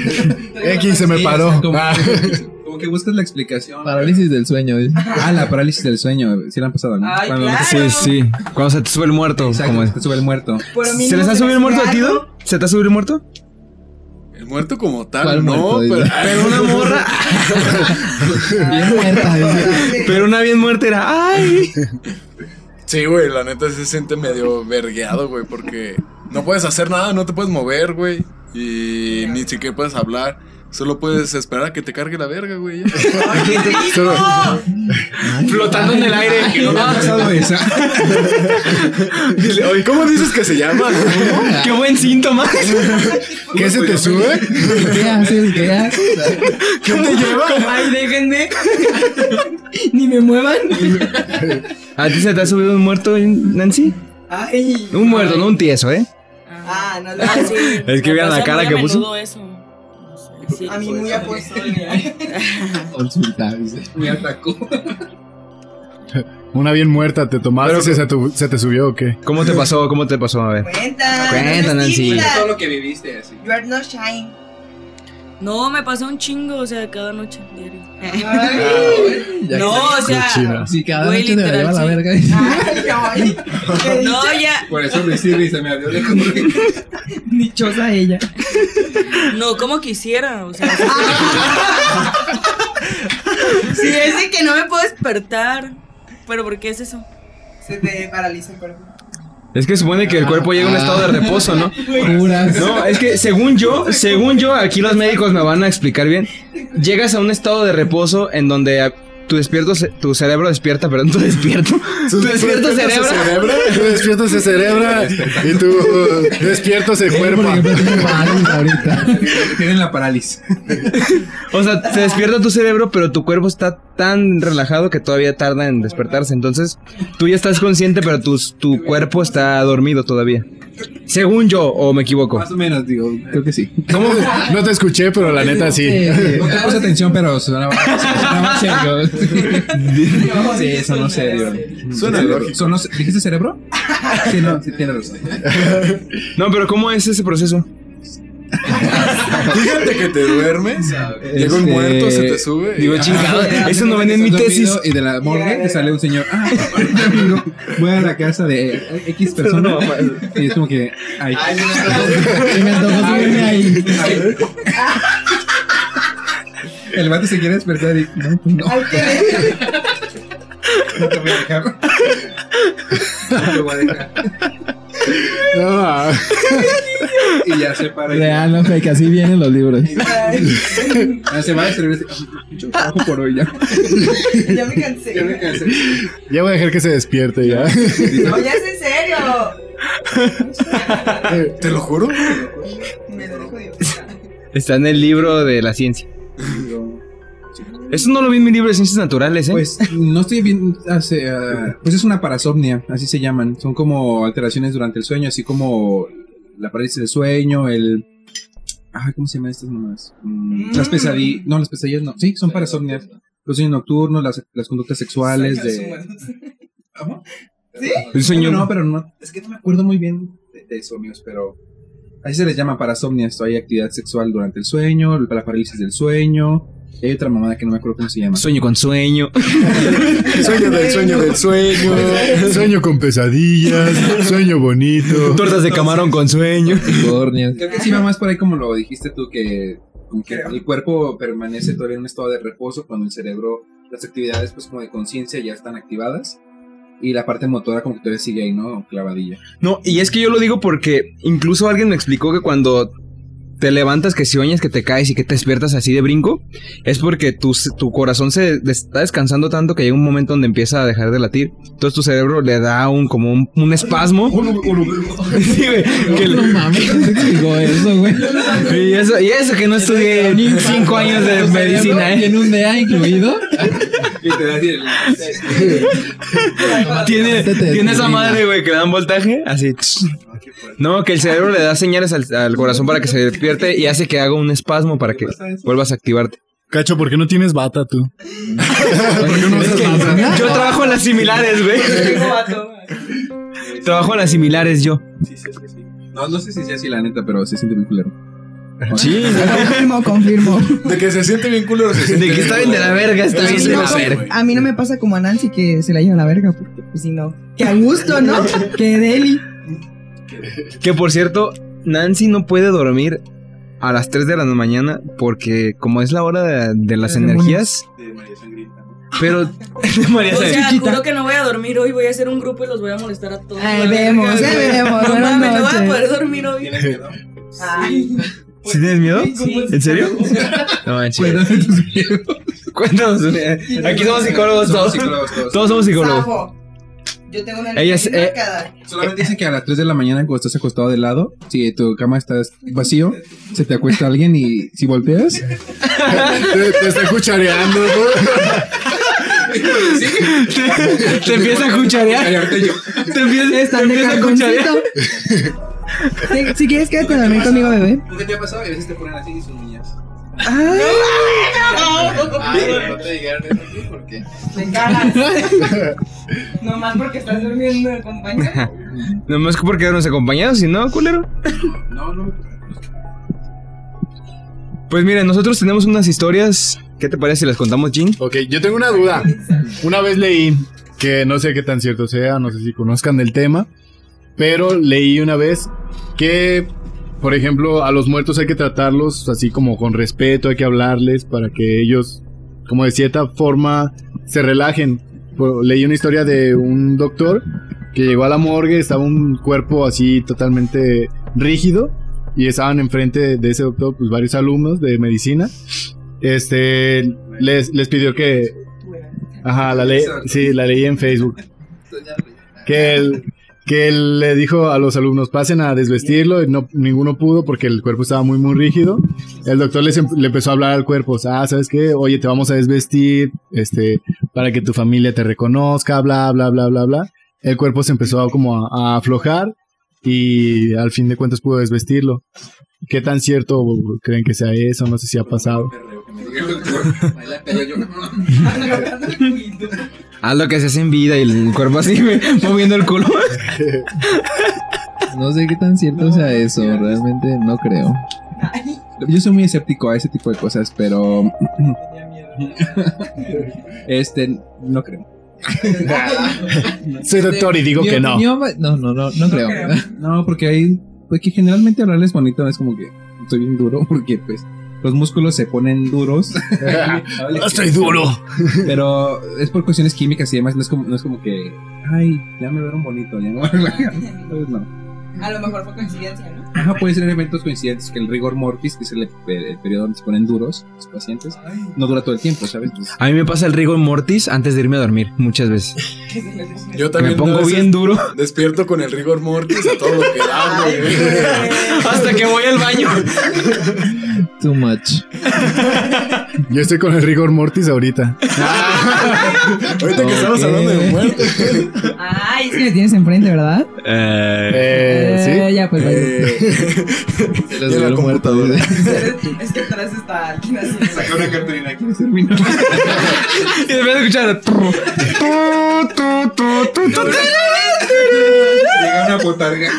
X se me Sí, paró. o sea, como, Ah. como que buscas la explicación. Parálisis del sueño. dice. Ah, la parálisis del sueño, sí la han pasado, ¿no? Ay, Cuando- claro. Sí, sí. Cuando se te sube el muerto. Exacto, como es. te sube el muerto. Pero a mí ¿Se no les ha me subido el muerto a ti, algo. Don? ¿Se te ha subido el muerto? El muerto como tal, ¿Cuál no, muerto, pero... dice? Pero una morra. Bien muerta. dice. Pero una bien muerta era. ¡Ay! Sí, güey, la neta se siente medio vergueado, güey, porque no puedes hacer nada, no te puedes mover, güey, y ni siquiera puedes hablar. Solo puedes esperar a que te cargue la verga, güey. ya. Solo- Flotando en el aire. Que no ¿No ha pasado esa? Dile, oye, ¿cómo dices que se llama? ¡Qué buen síntoma! ¿Qué se te sube? ¿Qué haces? ¿Qué haces? ¿Qué te lleva? Ay, déjenme. Ni me muevan. ¿A ti se te ha subido un muerto, Nancy? Ay. Un muerto, no un tieso, ¿eh? Ah, no, no. Ah, sí. Es que Me vean la pasa cara muy que a puso. menudo eso. No sé, sí. A mí muy apóstol. Consulta, dice. Me atacó. Una bien muerta, ¿te tomaste? Pero- ¿Se, se, tu- ¿Se te subió o qué? ¿Cómo te pasó? ¿Cómo te pasó? A ver. Cuenta. Cuenta, no Nancy. estigma. Todo lo que viviste así. You are not shy. No, me pasa un chingo, o sea, cada noche, diario. Ya No, o sea, Cochina. Si cada Güey, noche te la lleva a la literal, verga. dice. Ay, ay. no, ya, Por eso recibí y se me abrió lejos. Dichosa ella. no como quisiera, o sea, Sí, es de que no me puedo despertar. Pero ¿por qué es eso? Se te paraliza el cuerpo. Es que supone que el cuerpo llega a un estado de reposo, ¿no? Juras. No, es que según yo, según yo, aquí los médicos me van a explicar bien. Llegas a un estado de reposo en donde a- tu despierto, ce- tu cerebro despierta, perdón, tu despierto, tu despierto cerebro. Tu despierto se cerebra y tu despierto se Él, por cuerpa. ejemplo, tiene parálisis ahorita. Tienen la parálisis. O sea, se despierta tu cerebro, pero tu cuerpo está tan relajado que todavía tarda en despertarse. Entonces, tú ya estás consciente, pero tu, tu cuerpo está dormido todavía. Según yo, o me equivoco. Más o menos, digo, creo que sí. ¿Cómo? No te escuché, pero la neta sí. Eh, No te puse atención, pero sonaba, sonaba serio. Sí, sonó serio. Suena lógico. ¿Sonó, ¿Dijiste cerebro? Sí, no, sí, tienes razón. No, pero ¿cómo es ese proceso? Fíjate que te duermes, llega un Este, muerto, se te sube. y- Digo, chingado, eso no ven en mi Estás tesis. dormido Y de la morgue te sale un señor. Ah, ahorita vengo. Voy a la casa de X persona. Y es como que. Ay, y me antojó subirme ahí. el vato se quiere despertar y. No, pues no. No te voy a dejar. No te voy a dejar. No, Y ya se para. y- Real, no fake, así vienen los libros. Ah, se va a servir. Mucho trabajo por hoy ya. Ya me cansé. Ya me cansé. ya voy a dejar que se despierte ya. No, ya es en serio. Te lo juro. Me lo dijo Dios. Está en el libro de la ciencia. Eso no lo vi en mi libro de ciencias naturales, ¿eh? Pues no estoy bien. Hace, ah, pues es una parasomnia, así se llaman. Son como alteraciones durante el sueño, así como la parálisis del sueño, el. Ah, ¿cómo se llaman estas mamás? Mm, las pesadillas. No, las pesadillas no. Sí, son parasomnias. Los sueños nocturnos, las, las conductas sexuales de. ¿Cómo? ¿Sí? El sueño. No, pero no. Es que no me acuerdo muy bien de, de eso, amigos, pero. Así se les llama parasomnias. Hay actividad sexual durante el sueño, la parálisis del sueño. Y hay otra mamada que no me acuerdo cómo se llama. Sueño con sueño. Sueño del sueño del sueño. Sueño con pesadillas, sueño bonito. Tortas de camarón con sueño. Córneas. Creo que sí va más por ahí como lo dijiste tú, que, como que el cuerpo permanece todavía en un estado de reposo cuando el cerebro, las actividades pues como de conciencia ya están activadas y la parte motora como que todavía sigue ahí, ¿no? Clavadilla. No, y es que yo lo digo porque incluso alguien me explicó que cuando te levantas, que sueñas, que te caes y que te despiertas así de brinco, es porque tu, tu corazón se des- está descansando tanto que llega un momento donde empieza a dejar de latir. Entonces tu cerebro le da un como un, un espasmo. Sí, güey, que No le- mames, ¿cómo te explicó eso, güey? y, eso, y eso que no estudié cinco años de medicina, ¿eh? ¿Tiene un D A incluido? Y te da así el- Tiene, Te- te- tiene esa te- madre, güey, que le dan voltaje, así. No, que el cerebro le da señales al, al corazón para que se despierte y hace que haga un espasmo para que vuelvas a activarte. Cacho, ¿por qué no tienes bata tú? Es que yo trabajo en las similares, güey. Tengo vato. Trabajo en las similares yo. No, no sé si sea así la neta, pero se siente muy culero. Sí. Confirmo, confirmo. De que se siente bien culero. Se siente De que está bien de la verga, está Eso bien sí de lo la sé, verga. güey. A mí no me pasa como a Nancy que se la lleva a la verga, porque pues si no. Que a gusto, ¿no? Que deli. Que por cierto, Nancy no puede dormir a las tres de la mañana porque como es la hora de, de las energías, De María Sangrita. pero de María O sea, Sangrita. juro que no voy a dormir hoy. Voy a hacer un grupo y los voy a molestar a todos. Ay, La vemos, verga, ya güey. veremos. No Buenas mames, no voy a noches. poder dormir hoy. Ay. ¿Sí tienes miedo? Sí. ¿En serio? No manches. Cuéntanos. Aquí somos psicólogos todos. Somos psicólogos todos. Todos somos psicólogos. Zafo. Yo tengo una Ella es, línea eh, marcada. Solamente dicen que a las tres de la mañana cuando estás acostado de lado, si tu cama está vacío, se te acuesta alguien y si volteas, Te, te está cuchareando, güey. Te, te empieza a cucharear. Te empieza, te Están de empieza a carboncito. cucharear. Si, si quieres, quédate a dormir conmigo, bebé. ¿qué te ha pasado? Y a veces te ponen así sus niñas. Ay, No te dijeron eso aquí porque. me cagas. Nomás porque estás durmiendo acompañado. Nomás que porque nos acompañados, si no, culero. No, no. Pues miren, nosotros tenemos unas historias. ¿Qué te parece si las contamos, Jin? Ok, yo tengo una duda. Una vez leí, que no sé qué tan cierto sea, no sé si conozcan del tema, pero leí una vez que, por ejemplo, a los muertos hay que tratarlos así como con respeto, hay que hablarles para que ellos, como de cierta forma, se relajen. Por- Leí una historia de un doctor que llegó a la morgue, estaba un cuerpo así totalmente rígido y estaban enfrente de ese doctor pues varios alumnos de medicina. Este les, les pidió que ajá, la ley, sí, la leí en Facebook. Que él, que él le dijo a los alumnos, pasen a desvestirlo, y no, ninguno pudo porque el cuerpo estaba muy muy rígido. El doctor les em- le empezó a hablar al cuerpo, o sea, ah, ¿sabes qué? Oye, te vamos a desvestir, este, para que tu familia te reconozca, bla, bla, bla, bla, bla. El cuerpo se empezó a, como a, a aflojar y al fin de cuentas pudo desvestirlo. ¿Qué tan cierto creen que sea eso? No sé si ha pasado. Haz lo que se hace en vida y el cuerpo así, güey, moviendo el culo. No sé qué tan cierto sea eso, realmente no creo. Yo soy muy escéptico a ese tipo de cosas, pero. Este, no creo. Soy doctor y digo Mi que no. opinión va- No, no, no, no creo. No, porque hay. Porque generalmente hablarles bonito es como que estoy bien duro, porque pues los músculos se ponen duros. Estoy duro. Pero es por cuestiones químicas y demás, no es como, no es como que. Ay, ya me vieron bonito, ya no. Pues no. A lo mejor fue coincidencia, ¿no? Ajá, puede ser eventos coincidentes, que el rigor mortis, que es el, el periodo donde se ponen duros los pacientes, no dura todo el tiempo, ¿sabes? Pues, A mí me pasa el rigor mortis antes de irme a dormir, muchas veces. Yo también Me pongo a veces bien duro. Despierto con el rigor mortis a todo lo que da, güey. Hasta que voy al baño. Too much. Yo estoy con el rigor mortis ahorita. Ahorita que estamos hablando de muerte. Ay, es que me tienes enfrente, ¿verdad? Eh, Eh, ¿sí? Eh, ya, pues vaya. Se les en la dio el muerto. computadora. Es que atrás está alguien así. saca una cartulina, ¿quieres ser mi novio? y de repente escuchar. Llega una botarga.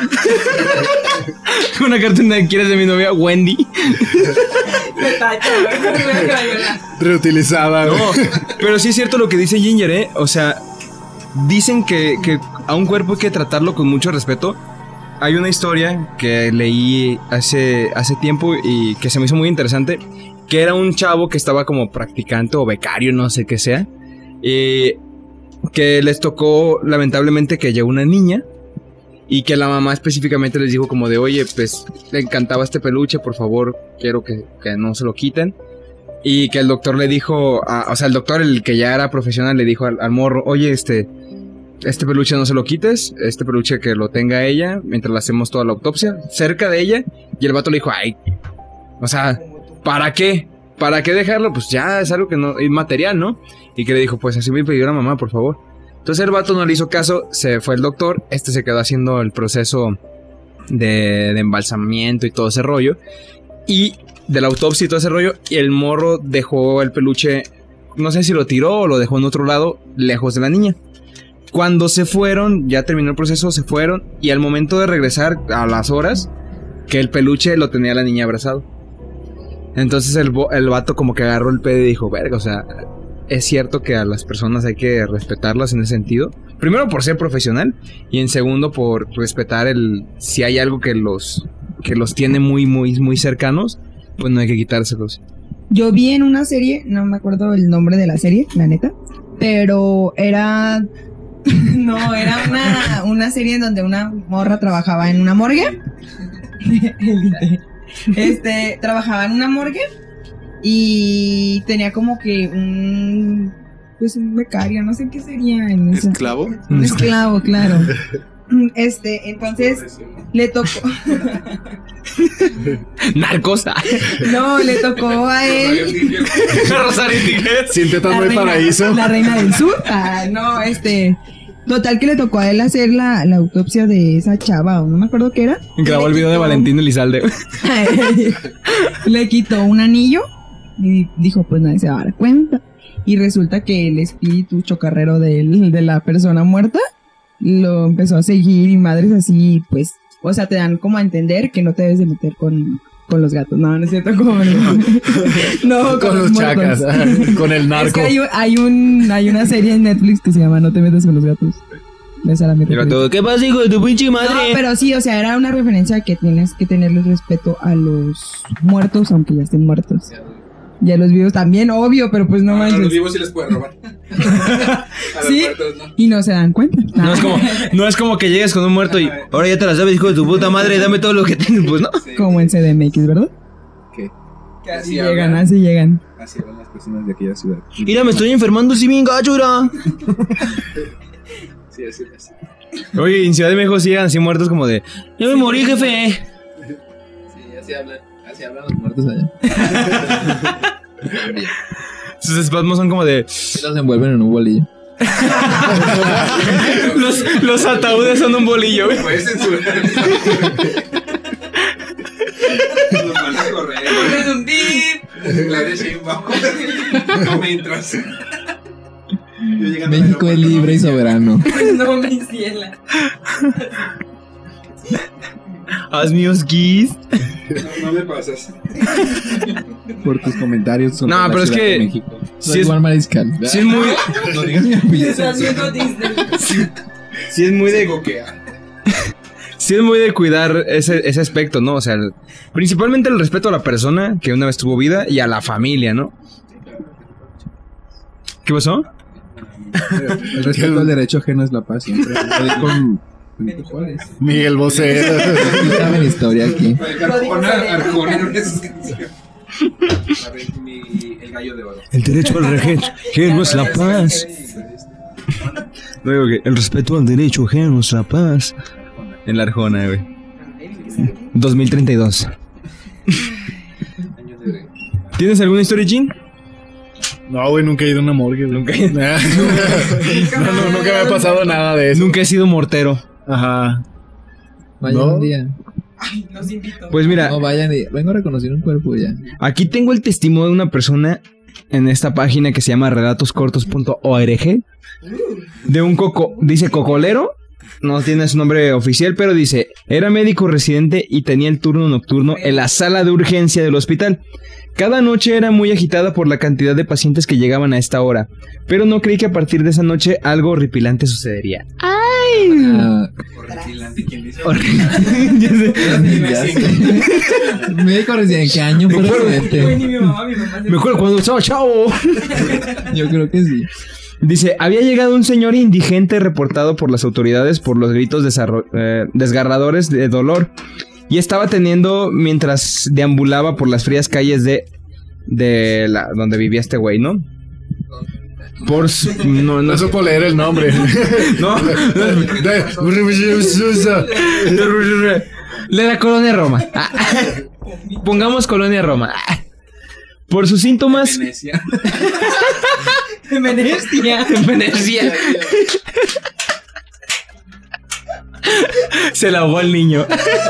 Una cartulina de ¿quieres de mi novia? Wendy. Me tacha, güey. Reutilizada, güey. No, pero sí es cierto lo que dice Ginger, ¿eh? O sea, dicen que, que a un cuerpo hay que tratarlo con mucho respeto. Hay una historia que leí hace, hace tiempo y que se me hizo muy interesante, que era un chavo que estaba como practicante o becario, no sé qué sea, y que les tocó lamentablemente que llegó una niña y que la mamá específicamente les dijo como de, oye, pues le encantaba este peluche, por favor, quiero que, que no se lo quiten. Y que el doctor le dijo, a, o sea, el doctor, el que ya era profesional, le dijo al, al morro, oye, este, este peluche no se lo quites, este peluche que lo tenga ella, mientras le hacemos toda la autopsia, cerca de ella. Y el vato le dijo, ay, o sea, ¿para qué? ¿Para qué dejarlo? Pues ya es algo que no, es material, ¿no? Y que le dijo, pues así me pidió la mamá, por favor. Entonces el vato no le hizo caso, se fue el doctor, este se quedó haciendo el proceso de, de embalsamamiento y todo ese rollo. Y de la autopsia y todo ese rollo, y el morro dejó el peluche, no sé si lo tiró o lo dejó en otro lado, lejos de la niña. Cuando se fueron, ya terminó el proceso, se fueron, y al momento de regresar a las horas, que el peluche lo tenía la niña abrazado. Entonces el, el vato como que agarró el pedo y dijo, verga, o sea, es cierto que a las personas hay que respetarlas en ese sentido. Primero por ser profesional, y en segundo por respetar el, si hay algo que los, que los tiene muy, muy, muy cercanos, pues no hay que quitárselos. Yo vi en una serie, no me acuerdo el nombre de la serie, la neta, pero era... no, era una, una serie en donde una morra trabajaba en una morgue. este, trabajaba en una morgue y tenía como que un... pues un becario, no sé qué sería en ese... ¿Esclavo? Un esclavo, claro. Este, entonces le tocó... Narcos. No, le tocó a él. Rosario Tijeras. Siente tan La buen reina- paraíso. La reina del sur. Ah, no, este. Total que le tocó a él hacer la, la autopsia de esa chava, o no me acuerdo qué era. Grabó el video de Valentín Elizalde. Le quitó un anillo y dijo, pues nadie se va a dar cuenta. Y resulta que el espíritu chocarrero de, él, de la persona muerta lo empezó a seguir y madres así, pues, o sea, te dan como a entender que no te debes de meter con, con los gatos. No, no es cierto, como no, no con, Con los chacas, muertos. con el Es narco. que hay, un- hay, un, hay una serie en Netflix que se llama No te metas con los gatos. Esa era mi referencia. ¿Qué pasa, hijo de tu pinche madre? No, pero sí, o sea, era una referencia a que tienes que tenerle respeto a los muertos, aunque ya estén muertos. Y a los vivos también, obvio, pero pues no A los manches. vivos sí les pueden robar. A los Sí, muertos no. y no se dan cuenta. No es como, no es como que llegues con un muerto y ahora ya te la sabes, hijo de tu puta madre, dame todo lo que tienes, pues no. Como en C D M X, ¿verdad? ¿Qué? Que así Así llegan, hablan. así llegan. Así hablan las personas de aquella ciudad. Mira, me estoy enfermando así bien gacho, mira. Sí, así, así. Oye, en Ciudad de México sí llegan así muertos como de, ya me morí, jefe. Sí, así hablan, así hablan los muertos allá. Sus espasmos son como de, Y los envuelven en un bolillo. los, los ataúdes son un bolillo, güey. Puedes censurar. Los van a correr. Es un tip. Claudia Sheinbaum. No me entras. Yo llegando al México es aeropuerto, libre y no, soberano. No, mi ciela. Hazme osquis. No, no me pasas. Por tus comentarios sobre No, la pero es Ciudad que- de México. Sí Soy es- Juan Mariscal. Sí es muy, No digas mi apellido. Está haciendo Disney. sí es muy de, Coquea. sí es muy de cuidar ese, ese aspecto, ¿no? O sea, el- principalmente el respeto a la persona que una vez tuvo vida y a la familia, ¿no? ¿Qué pasó? El respeto al derecho ajeno es la paz. Siempre lo dijo Benito Juárez. Miguel Bosé. Saben historia aquí. Arjona, Arjona en una canción. A ver, mi- el gallo de oro. El derecho al ajeno es la paz. Luego que el respeto al derecho ajeno es la paz. En la Arjona, güey. dos mil treinta y dos. ¿Tienes alguna historia, Jin? No, güey, nunca he ido a una morgue, güey. Nunca he- no, no, nunca me ha pasado nada de eso. Nunca he sido mortero. Ajá. Vayan ¿No? un día. Los invito. Pues mira, No, vayan y vengo a reconocer un cuerpo ya. aquí tengo el testimonio de una persona en esta página que se llama relatos cortos punto org. De un coco, dice cocolero. No tiene su nombre oficial, pero dice, era médico residente y tenía el turno nocturno en la sala de urgencia del hospital. Cada noche era muy agitada por la cantidad de pacientes que llegaban a esta hora, pero no creí que a partir de esa noche algo horripilante sucedería. Ah, Horripilante, ¿quién dice? Ya sé. ya sé. Médico residente, ¿qué año fue residente? Ni mi mamá, mi mamá. Me acuerdo cuando estaba chavo. Yo creo que sí. Dice, había llegado un señor indigente reportado por las autoridades por los gritos desarro- eh, desgarradores de dolor y estaba teniendo mientras deambulaba por las frías calles de de la donde vivía este güey, ¿no? Por su, no, no, No supo leer el nombre. no, le da Colonia Roma. Ah, pongamos Colonia Roma. Ah, por sus síntomas Venecia. En Venecia. en Venecia. Se la ahogó el niño.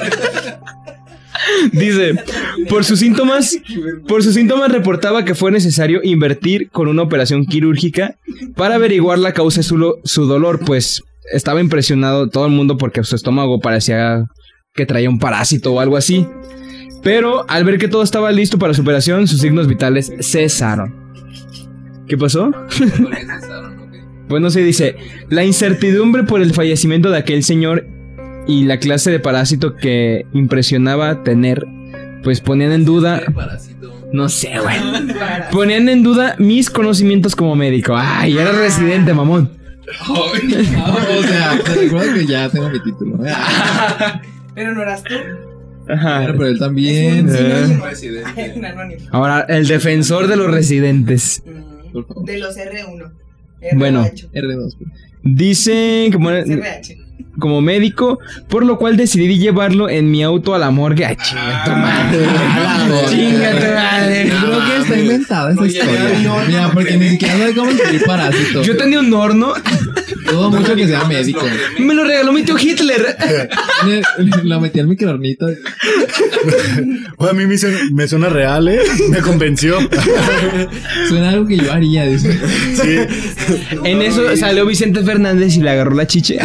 Dice, por sus síntomas, por sus síntomas reportaba que fue necesario invertir con una operación quirúrgica para averiguar la causa de su, lo- su dolor, pues estaba impresionado todo el mundo porque su estómago parecía que traía un parásito o algo así. Pero al ver que todo estaba listo para su operación, sus signos vitales cesaron. ¿Qué pasó? ¿Por qué cesaron? Ok. Pues no se dice, la incertidumbre por el fallecimiento de aquel señor y la clase de parásito que impresionaba tener, pues ponían en duda, ¿Qué parásito? no sé, güey, ponían en duda mis conocimientos como médico. Ay, era residente, mamón. O sea, te recuerdo que ya tengo mi título. Pero no eras tú. Ajá. Pero, pero él también. Es un Eh. sinónimo. Residente. Un anónimo. Ahora, el defensor de los residentes. Mm, Por favor. De los R uno. Bueno. R H. R dos. pues. Dice como, R H. como médico, por lo cual decidí llevarlo en mi auto a la morgue. Ay, chinga tu madre. Chinga tu madre. Creo que está inventada esa historia. Mira, porque ni siquiera sabe cómo escribir parásito. Yo tenía un horno. Dudo mucho que sea médico. Me lo regaló mi tío Hitler. Le- Lo metí al microornito. Bueno, a mí me, suena, me suena real, ¿eh? Me convenció. Suena algo que yo haría. Dice. Sí. En eso salió Vicente Fernández y le agarró la chiche.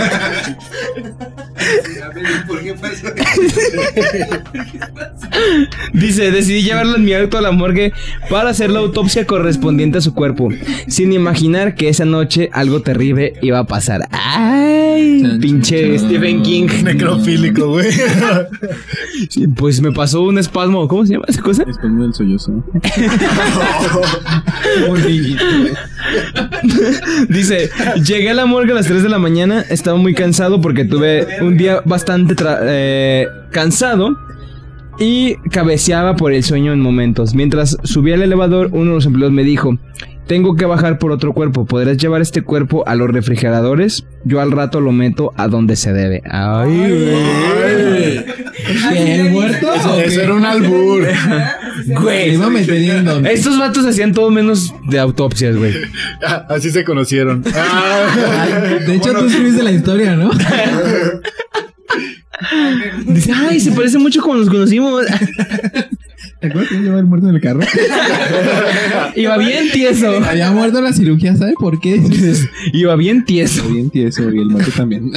¿Por qué pasó? Dice, decidí llevarlo en mi auto a la morgue para hacer la autopsia correspondiente a su cuerpo, sin imaginar que esa noche algo terrible iba a pasar. Ay, Chan, pinche chan, chan. Stephen King. Necrofílico, güey. Sí, pues me pasó un espasmo. ¿Cómo se llama esa cosa? Es como el sollozo. Dice, llegué a la morgue a las tres de la mañana. Estaba muy cansado porque tuve un día bastante tra- eh, cansado y cabeceaba por el sueño en momentos. Mientras subía al elevador, uno de los empleados me dijo, tengo que bajar por otro cuerpo. ¿Podrás llevar este cuerpo a los refrigeradores? Yo al rato lo meto a donde se debe. Ay, güey. ¿Qué? ¿Muerto? Eso, eso era un albur. Güey. Se iba a meter en donde. Estos vatos hacían todo menos de autopsias, güey. Ah, así se conocieron. Ah. Ay, de hecho, tú escribiste la historia, ¿no? Dice, ay, se parece mucho como nos conocimos. ¿Te acuerdas que llevaba el muerto en el carro? Iba bien tieso. Había muerto en la cirugía, ¿sabes por qué? Iba bien tieso. Bien tieso y el muerto también.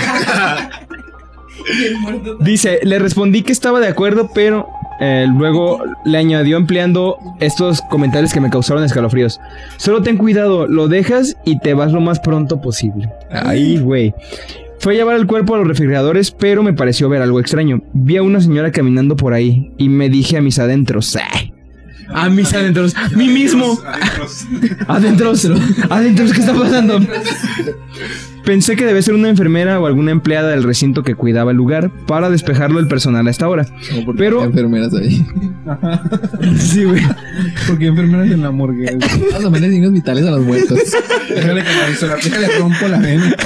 Y el muerto. Dice, le respondí que estaba de acuerdo, pero eh, luego le añadió empleando estos comentarios que me causaron escalofríos. Solo ten cuidado, lo dejas y te vas lo más pronto posible. Ay, güey. Fue a llevar el cuerpo a los refrigeradores, pero me pareció ver algo extraño. Vi a una señora caminando por ahí y me dije a mis adentros. ¡Ay! A mis adentros. ¡Mi mismo! Adentros. Adentros, ¿qué está pasando? Pensé que debe ser una enfermera o alguna empleada del recinto que cuidaba el lugar para despejarlo del personal a esta hora. No, Pero... hay enfermeras ahí. Sí, güey. Porque enfermeras en la morgue. Más o menos signos vitales a los muertos. Déjale que la hizo la pija, le rompo la vena.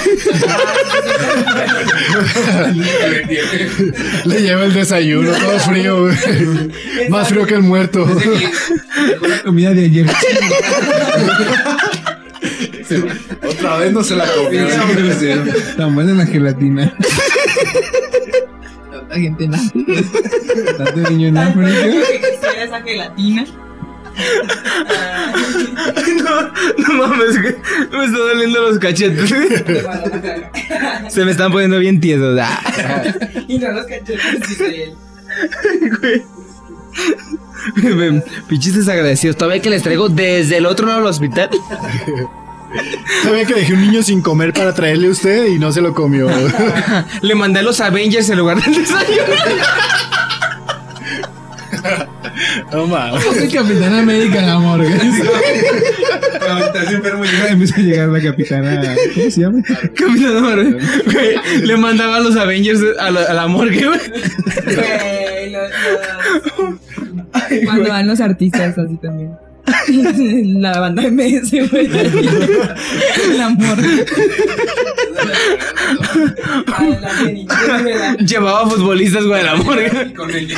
Le lleva el desayuno, todo frío, güey. Más frío que el muerto. La comida de ayer. Otra vez no se la comió. Tan buena la gelatina. Tanta gente en África. Tanto niño en África. Que quisiera esa gelatina. No, no mames, güey. Me están doliendo los cachetes. Se me están poniendo bien tiesos. Ah. Y no los cachetes, dice él. Güey. Pichis desagradecidos. Todavía que les traigo desde el otro lado del hospital. Sabía que dejé un niño sin comer para traerle a usted y no se lo comió. Le mandé a los Avengers en lugar del desayuno. No mames. Es Capitán América en la morgue. Cuando estás enfermo llega, empieza a llegar la capitana. ¿Cómo se llama? Capitán Marvel. Güey, le mandaba a los Avengers a la, a la morgue, güey. Güey, los- los- Cuando van los artistas así también. La banda M S, güey. El amor. Ay, la genital, ¿verdad? Llevaba futbolistas, güey, a la morgue. Con el...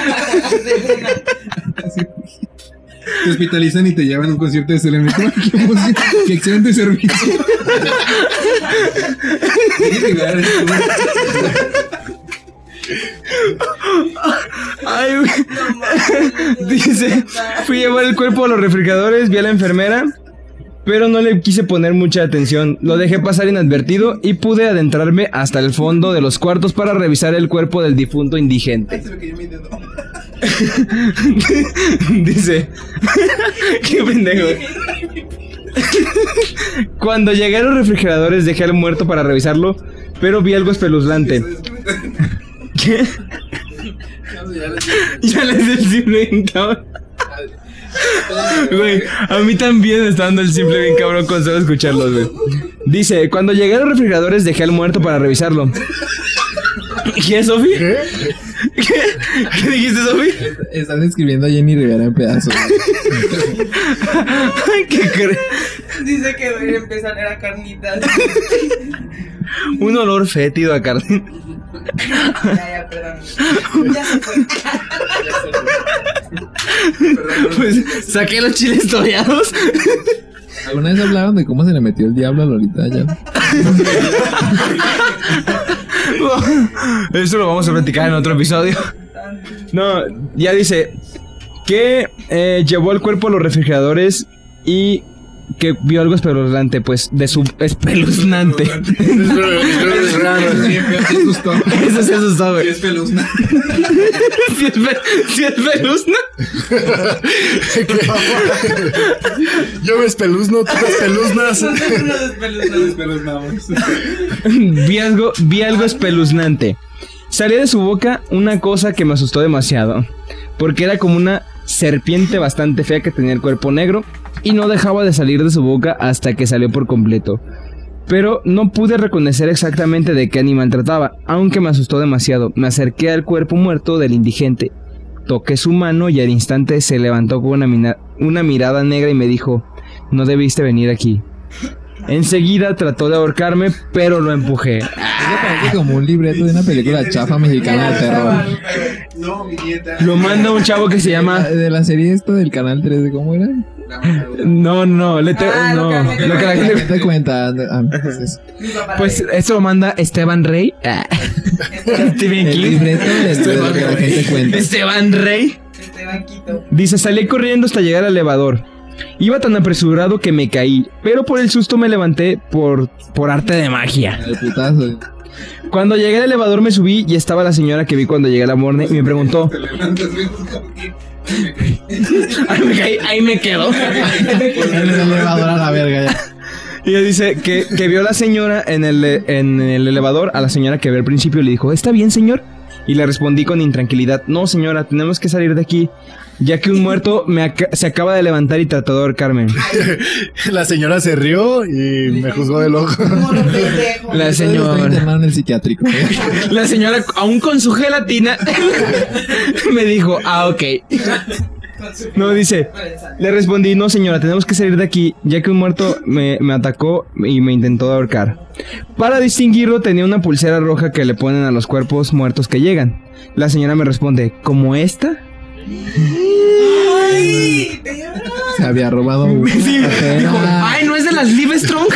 Te hospitalizan y te llevan a un concierto de Selena. ¡Qué emoción! ¡Qué excelente servicio! Ay, güey. Dice, fui a llevar el cuerpo a los refrigeradores, vi a la enfermera, pero no le quise poner mucha atención. Lo dejé pasar inadvertido y pude adentrarme hasta el fondo de los cuartos para revisar el cuerpo del difunto indigente. Dice, qué pendejo. Cuando llegué a los refrigeradores dejé al muerto para revisarlo, pero vi algo espeluznante. ¿Qué? Ya les el simple bien cabrón. Güey, a mí también me está dando el simple bien cabrón con solo escucharlos, güey. Dice, cuando llegué a los refrigeradores dejé al muerto para revisarlo. ¿Qué, Sofi? ¿Qué? ¿Qué? ¿Qué dijiste, Sofi? Están escribiendo a Jenny Rivera en pedazos. ¿Qué crees? Dice que voy a empezar a ir a carnitas. Un olor fétido a carne. Ya, ya, perdón. Ya se fue. Pues saqué los chiles toreados. ¿Alguna vez hablaron de cómo se le metió el diablo a Lolita ya? Eso lo vamos a platicar en otro episodio. No, ya dice que eh, llevó el cuerpo a los refrigeradores y que vio algo espeluznante, pues, de su espeluznante. Es raro, siempre se asustó. Eso se asustó, güey. Sí, es peluzna. Si es, pe- si es peluzna. Yo me espeluzno, tú te espeluznas. Nosotros nos espeluznamos. Espeluznamos. Vi algo, vi algo espeluznante. Salía de su boca una cosa que me asustó demasiado, porque era como una serpiente bastante fea que tenía el cuerpo negro y no dejaba de salir de su boca hasta que salió por completo. Pero no pude reconocer exactamente de qué animal trataba, aunque me asustó demasiado. Me acerqué al cuerpo muerto del indigente, toqué su mano y al instante se levantó con una, mina- una mirada negra y me dijo: no debiste venir aquí. Enseguida trató de ahorcarme, pero lo empujé. Eso parece como un libreto de una película chafa mexicana de terror. No, mi nieta. Lo manda un chavo que se llama... De la serie esto del canal tres, ¿de cómo era? No, no, le te... Ah, lo no, que la gente lo que la cuenta. gente- Te cuenta. ah, pues eso. Mi papá la Pues ve. esto lo manda Esteban Rey. Ah. Stephen El King. libreto de, de lo que la gente cuenta. Esteban Rey. Este banquito. Dice, salí corriendo hasta llegar al elevador. Iba tan apresurado que me caí, pero por el susto me levanté por, por arte de magia. El putazo. Cuando llegué al elevador me subí y estaba la señora que vi cuando llegué a la morgue y me preguntó... Ahí me caí, ahí me quedo. En el elevador a la verga ya. Y ella dice que, que vio a la señora en el, en el elevador, a la señora que vio al principio y le dijo, ¿está bien, señor? Y le respondí con intranquilidad: no señora, tenemos que salir de aquí, ya que un muerto me ac- se acaba de levantar y trató de ahorcarme. La señora se rió y me juzgó de loco. La señora internado en el psiquiátrico. La señora, aún con su gelatina, me dijo: ah, ok. No, dice, le respondí: no señora, tenemos que salir de aquí, ya que un muerto me, me atacó y me intentó ahorcar. Para distinguirlo tenía una pulsera roja que le ponen a los cuerpos muertos que llegan. La señora me responde: ¿como esta? Ay, Se había robado una. Sí, dijo: ay, ¿no es de las Livestrong?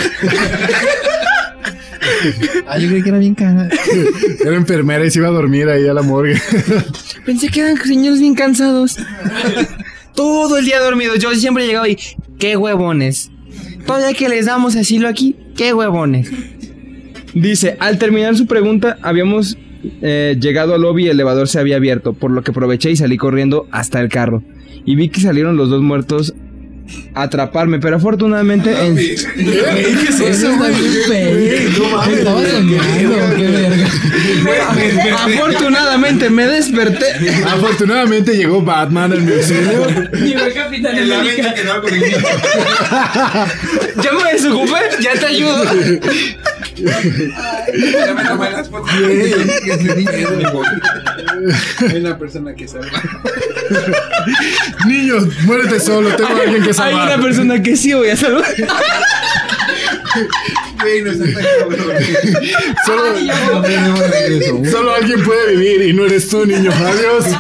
Ay, yo creí que era bien cagada. Era enfermera y se iba a dormir ahí a la morgue. Pensé que eran señores bien cansados. Todo el día dormidos. Yo siempre llegaba y: qué huevones. Todavía que les damos asilo aquí, qué huevones. Dice: al terminar su pregunta, habíamos eh, llegado al lobby y el elevador se había abierto, por lo que aproveché y salí corriendo hasta el carro. Y vi que salieron los dos muertos a atraparme, pero afortunadamente en... ¿Qué es eso, güey? Estaba soñando, qué verga. Afortunadamente me desperté. Afortunadamente llegó Batman en mi auxilio. Llegó el Capitán América. Ya me desocupé, ya te ayudo. Ya me tomé las fotos. Hay una persona que sabe. Niños, muérete solo, tengo a alguien que Hay salvar. una persona que sí voy a salvar. Güey, no está tan cabrón. Solo, solo alguien puede vivir y no eres tú, niño. Adiós.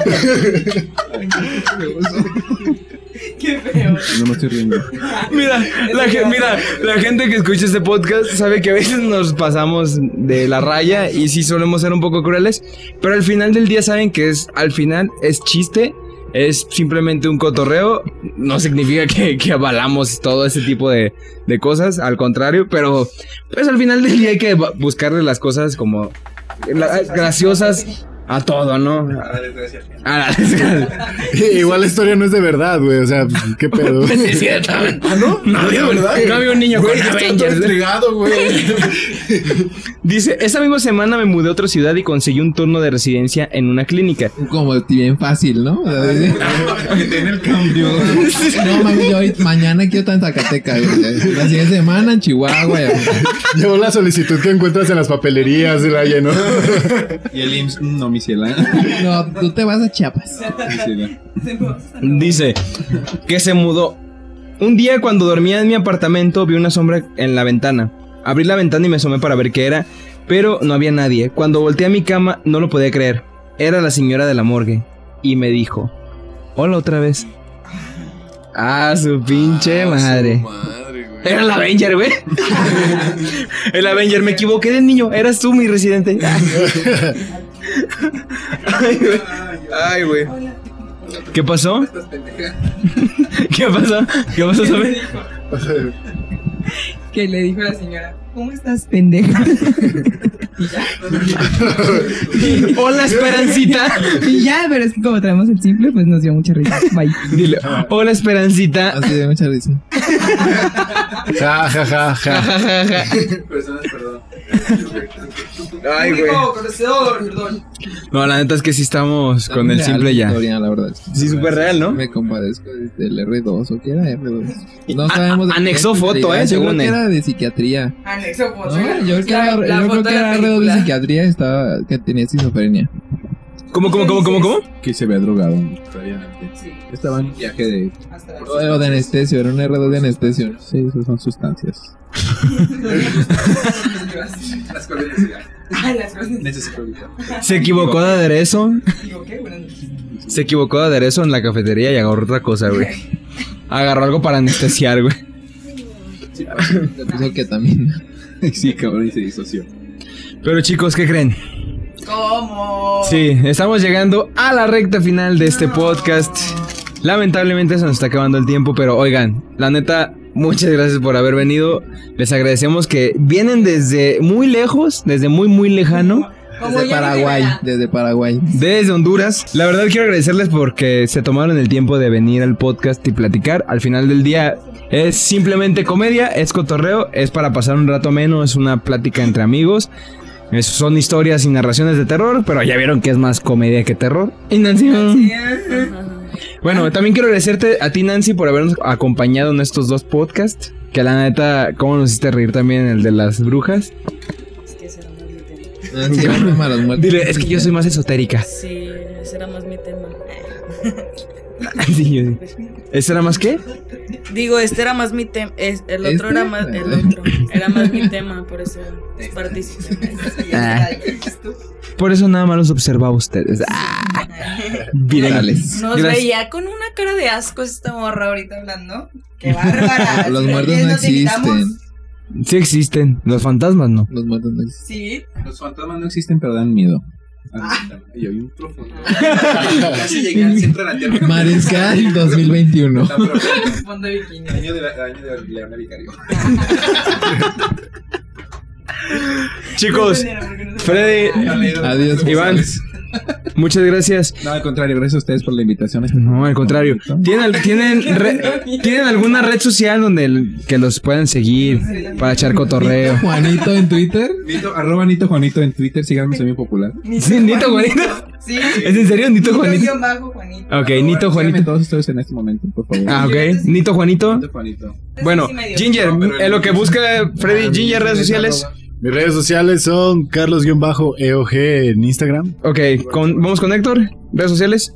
Qué feo. No me estoy riendo. Mira, la, gen- mira, la gente que escucha este podcast sabe que a veces nos pasamos de la raya y sí solemos ser un poco crueles, pero al final del día saben que es, al final es chiste, es simplemente un cotorreo, no significa que, que avalamos todo ese tipo de, de cosas, al contrario, pero pues al final del día hay que bu- buscarle las cosas como la- graciosas a todo, ¿no? A la desgracia. A la desgracia. Igual la historia no es de verdad, güey. O sea, qué pedo. Sí, es cierto. ¿Ah, no? No había, ¿verdad? no había un niño Güey, con estoy todo Avengers. intrigado, güey. Dice: esa misma semana me mudé a otra ciudad y conseguí un turno de residencia en una clínica. Como bien fácil, ¿no? Que tiene el cambio. No, mami, yo hoy- mañana quiero estar en Zacatecas. güey. La siguiente semana en Chihuahua. güey. Llevó la solicitud que encuentras en las papelerías, se la llenó. Y el I M S S, no, mi ciela. No, tú te vas a Chiapas. Mi ciela. Dice que se mudó. Un día cuando dormía en mi apartamento vi una sombra en la ventana. Abrí la ventana y me asomé para ver qué era, pero no había nadie. Cuando volteé a mi cama no lo podía creer. Era la señora de la morgue y me dijo: hola otra vez. Ah, su pinche Ah, madre. su madre, güey. Era el Avenger, güey. El Avenger, me equivoqué de niño. Eras tú mi residente. Ay, güey. Ay, güey. ¿Qué pasó? Estás pendeja. ¿Qué pasó? ¿Qué pasó, Sobe? Que le dijo la señora: ¿cómo estás, pendeja? Hola, Esperancita. Y ya, pero es que como traemos el simple, pues nos dio mucha risa. Bye. Dile: hola, Esperancita. Así de mucha risa. Ja, ja, ja, ja. Personas, perdón. Ay, güey. Conocedor, perdón. No, la neta es que sí estamos con el Real simple ya. historia, la verdad. Sí, súper real, ¿no? Me compadezco del R dos o qué era R dos. No A- sabemos. de qué anexó es, en foto, realidad. eh, Yo según creo que él. era de psiquiatría. Anexo foto. No, yo creo que La- era, la yo creo foto que de la era R dos de película. psiquiatría. Estaba, que tenía esquizofrenia. ¿Cómo, cómo, cómo, cómo, cómo? Que se había drogado previamente. Sí. Estaba en un viaje de. Hasta O, o de anestesio, era un R dos de anestesio. Sí, esas son sustancias. Las cuales decía. Ay, las cosas. Necesito ahorita. Se equivocó de aderezo. Digo, ¿qué? Buenas noches. Se equivocó de aderezo en la cafetería y agarró otra cosa, güey. Agarró algo para anestesiar, güey. Le puso ketamina. Sí, cabrón, y se disoció. Pero chicos, ¿qué creen? ¿Cómo? Sí, estamos llegando a la recta final de este podcast. Lamentablemente se nos está acabando el tiempo, pero oigan, la neta, muchas gracias por haber venido. Les agradecemos que vienen desde muy lejos, desde muy, muy lejano. Como Desde ya Paraguay, Rivera. desde Paraguay. Desde Honduras. La verdad quiero agradecerles porque se tomaron el tiempo de venir al podcast y platicar. Al final del día es simplemente comedia, es cotorreo, es para pasar un rato menos, es una plática entre amigos. Eso son historias y narraciones de terror, pero ya vieron que es más comedia que terror. Y Nancy. Bueno, también quiero agradecerte a ti, Nancy, por habernos acompañado en estos dos podcasts. Que la neta, cómo nos hiciste reír también el de las brujas. Es que ese era más mi tema. Ah, sí, me malos muertos. Dile, es que yo soy más esotérica. Sí, ese era más mi tema. Sí, yo sí. ¿Ese era más qué? Digo, este era más mi tema. El otro ¿Este? era más. El otro. Era más mi tema, por eso participé. Ah, por eso nada más los observaba a ustedes. Ah, virales. Nos Gracias. veía con una cara de asco esta morra ahorita hablando. ¡Qué bárbara! Los Si muertos alguien no nos invitamos, existen. Sí existen. Los fantasmas no. Los muertos no existen. Sí. Los fantasmas no existen, pero dan miedo. Ah, yo vi un profundo. Casi llegué al centro de la tierra. Mariscal dos mil veintiuno. Fondo de bikini. Año de, la, año de León Vicario. Chicos, Freddy, Adiós. Iván, muchas gracias. No, al contrario, gracias a ustedes por la invitación. No, al contrario. ¿Tienen, tienen, re- ¿tienen alguna red social donde el- que los puedan seguir para echar cotorreo? Juanito en Twitter. Nito, arroba Nito Juanito en Twitter, síganme, soy muy popular. Sí, Nito Juanito. Sí. ¿Es en serio, Nito Juanito? guión bajo Juanito. Ok, Nito Síganme Juanito. todos ustedes en este momento, por favor. Ah, ok. Nito Juanito. Nito Juanito. Bueno, Sí, medio. Ginger, No, pero el- en lo que busca Freddy, Ginger, redes sociales. Mis redes sociales son Carlos-E O G en Instagram. Ok, con, vamos con Héctor, redes sociales.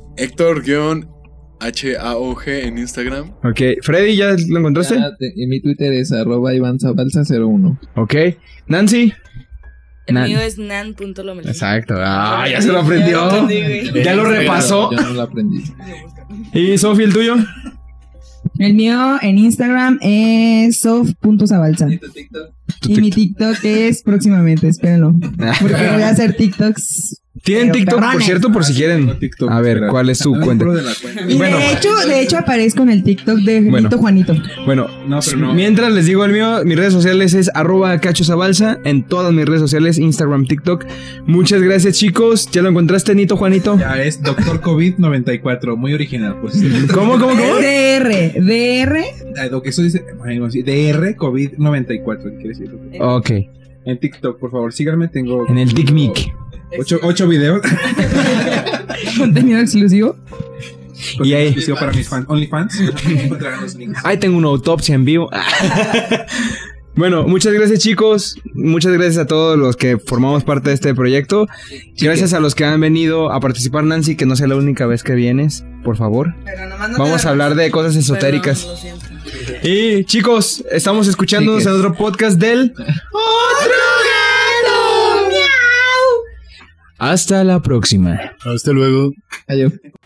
Héctor-H A O G en Instagram. Ok, Freddy, ¿ya lo encontraste? Ya, te- en mi Twitter es arroba Iván Zabalza cero uno. Ok, Nancy. El Nan. mío es nan.lomelí. Exacto. Ah, ya se lo aprendió. Ya lo entendí, güey. Ya lo repasó. Yo no lo aprendí. ¿Y Sofi, el tuyo? El mío en Instagram es sof.zabalza. Y mi TikTok es próximamente, espérenlo. Porque voy a hacer TikToks. ¿Tienen Pero TikTok, por cabrones. cierto, por si quieren? TikTok, A ver, espera. ¿cuál es su Dame el cuenta? pro de la cuenta. Y Bueno. de hecho, de hecho aparezco en el TikTok de Bueno. Nito Juanito. Bueno, No, pero no. mientras les digo el mío, mis redes sociales es arroba Cacho Zabalza en todas mis redes sociales, Instagram, TikTok. Muchas gracias, chicos. ¿Ya lo encontraste, Nito Juanito? Ya es Doctor COVID noventa y cuatro, muy original, pues. ¿Cómo, cómo, cómo? Es D R. D R. Ah, Lo que eso dice, bueno, sí, D R COVID noventa y cuatro, ¿qué quiere decir? Ok, En TikTok, por favor, síganme, tengo... en el TikMik. Ocho, ocho videos. Contenido exclusivo. Y ahí- Exclusivo para mis fans, OnlyFans. Encontrarán los links. Ahí tengo una autopsia en vivo. Bueno, muchas gracias, chicos. Muchas gracias a todos los que formamos parte de este proyecto. Gracias a los que han venido a participar, Nancy, que no sea la única vez que vienes, por favor. Pero nomás no Vamos te a hablar de cosas esotéricas. Perdón, lo siento. Y chicos, estamos escuchándonos en otro podcast del Otro Gato. Miau. Hasta la próxima. Hasta luego. Adiós.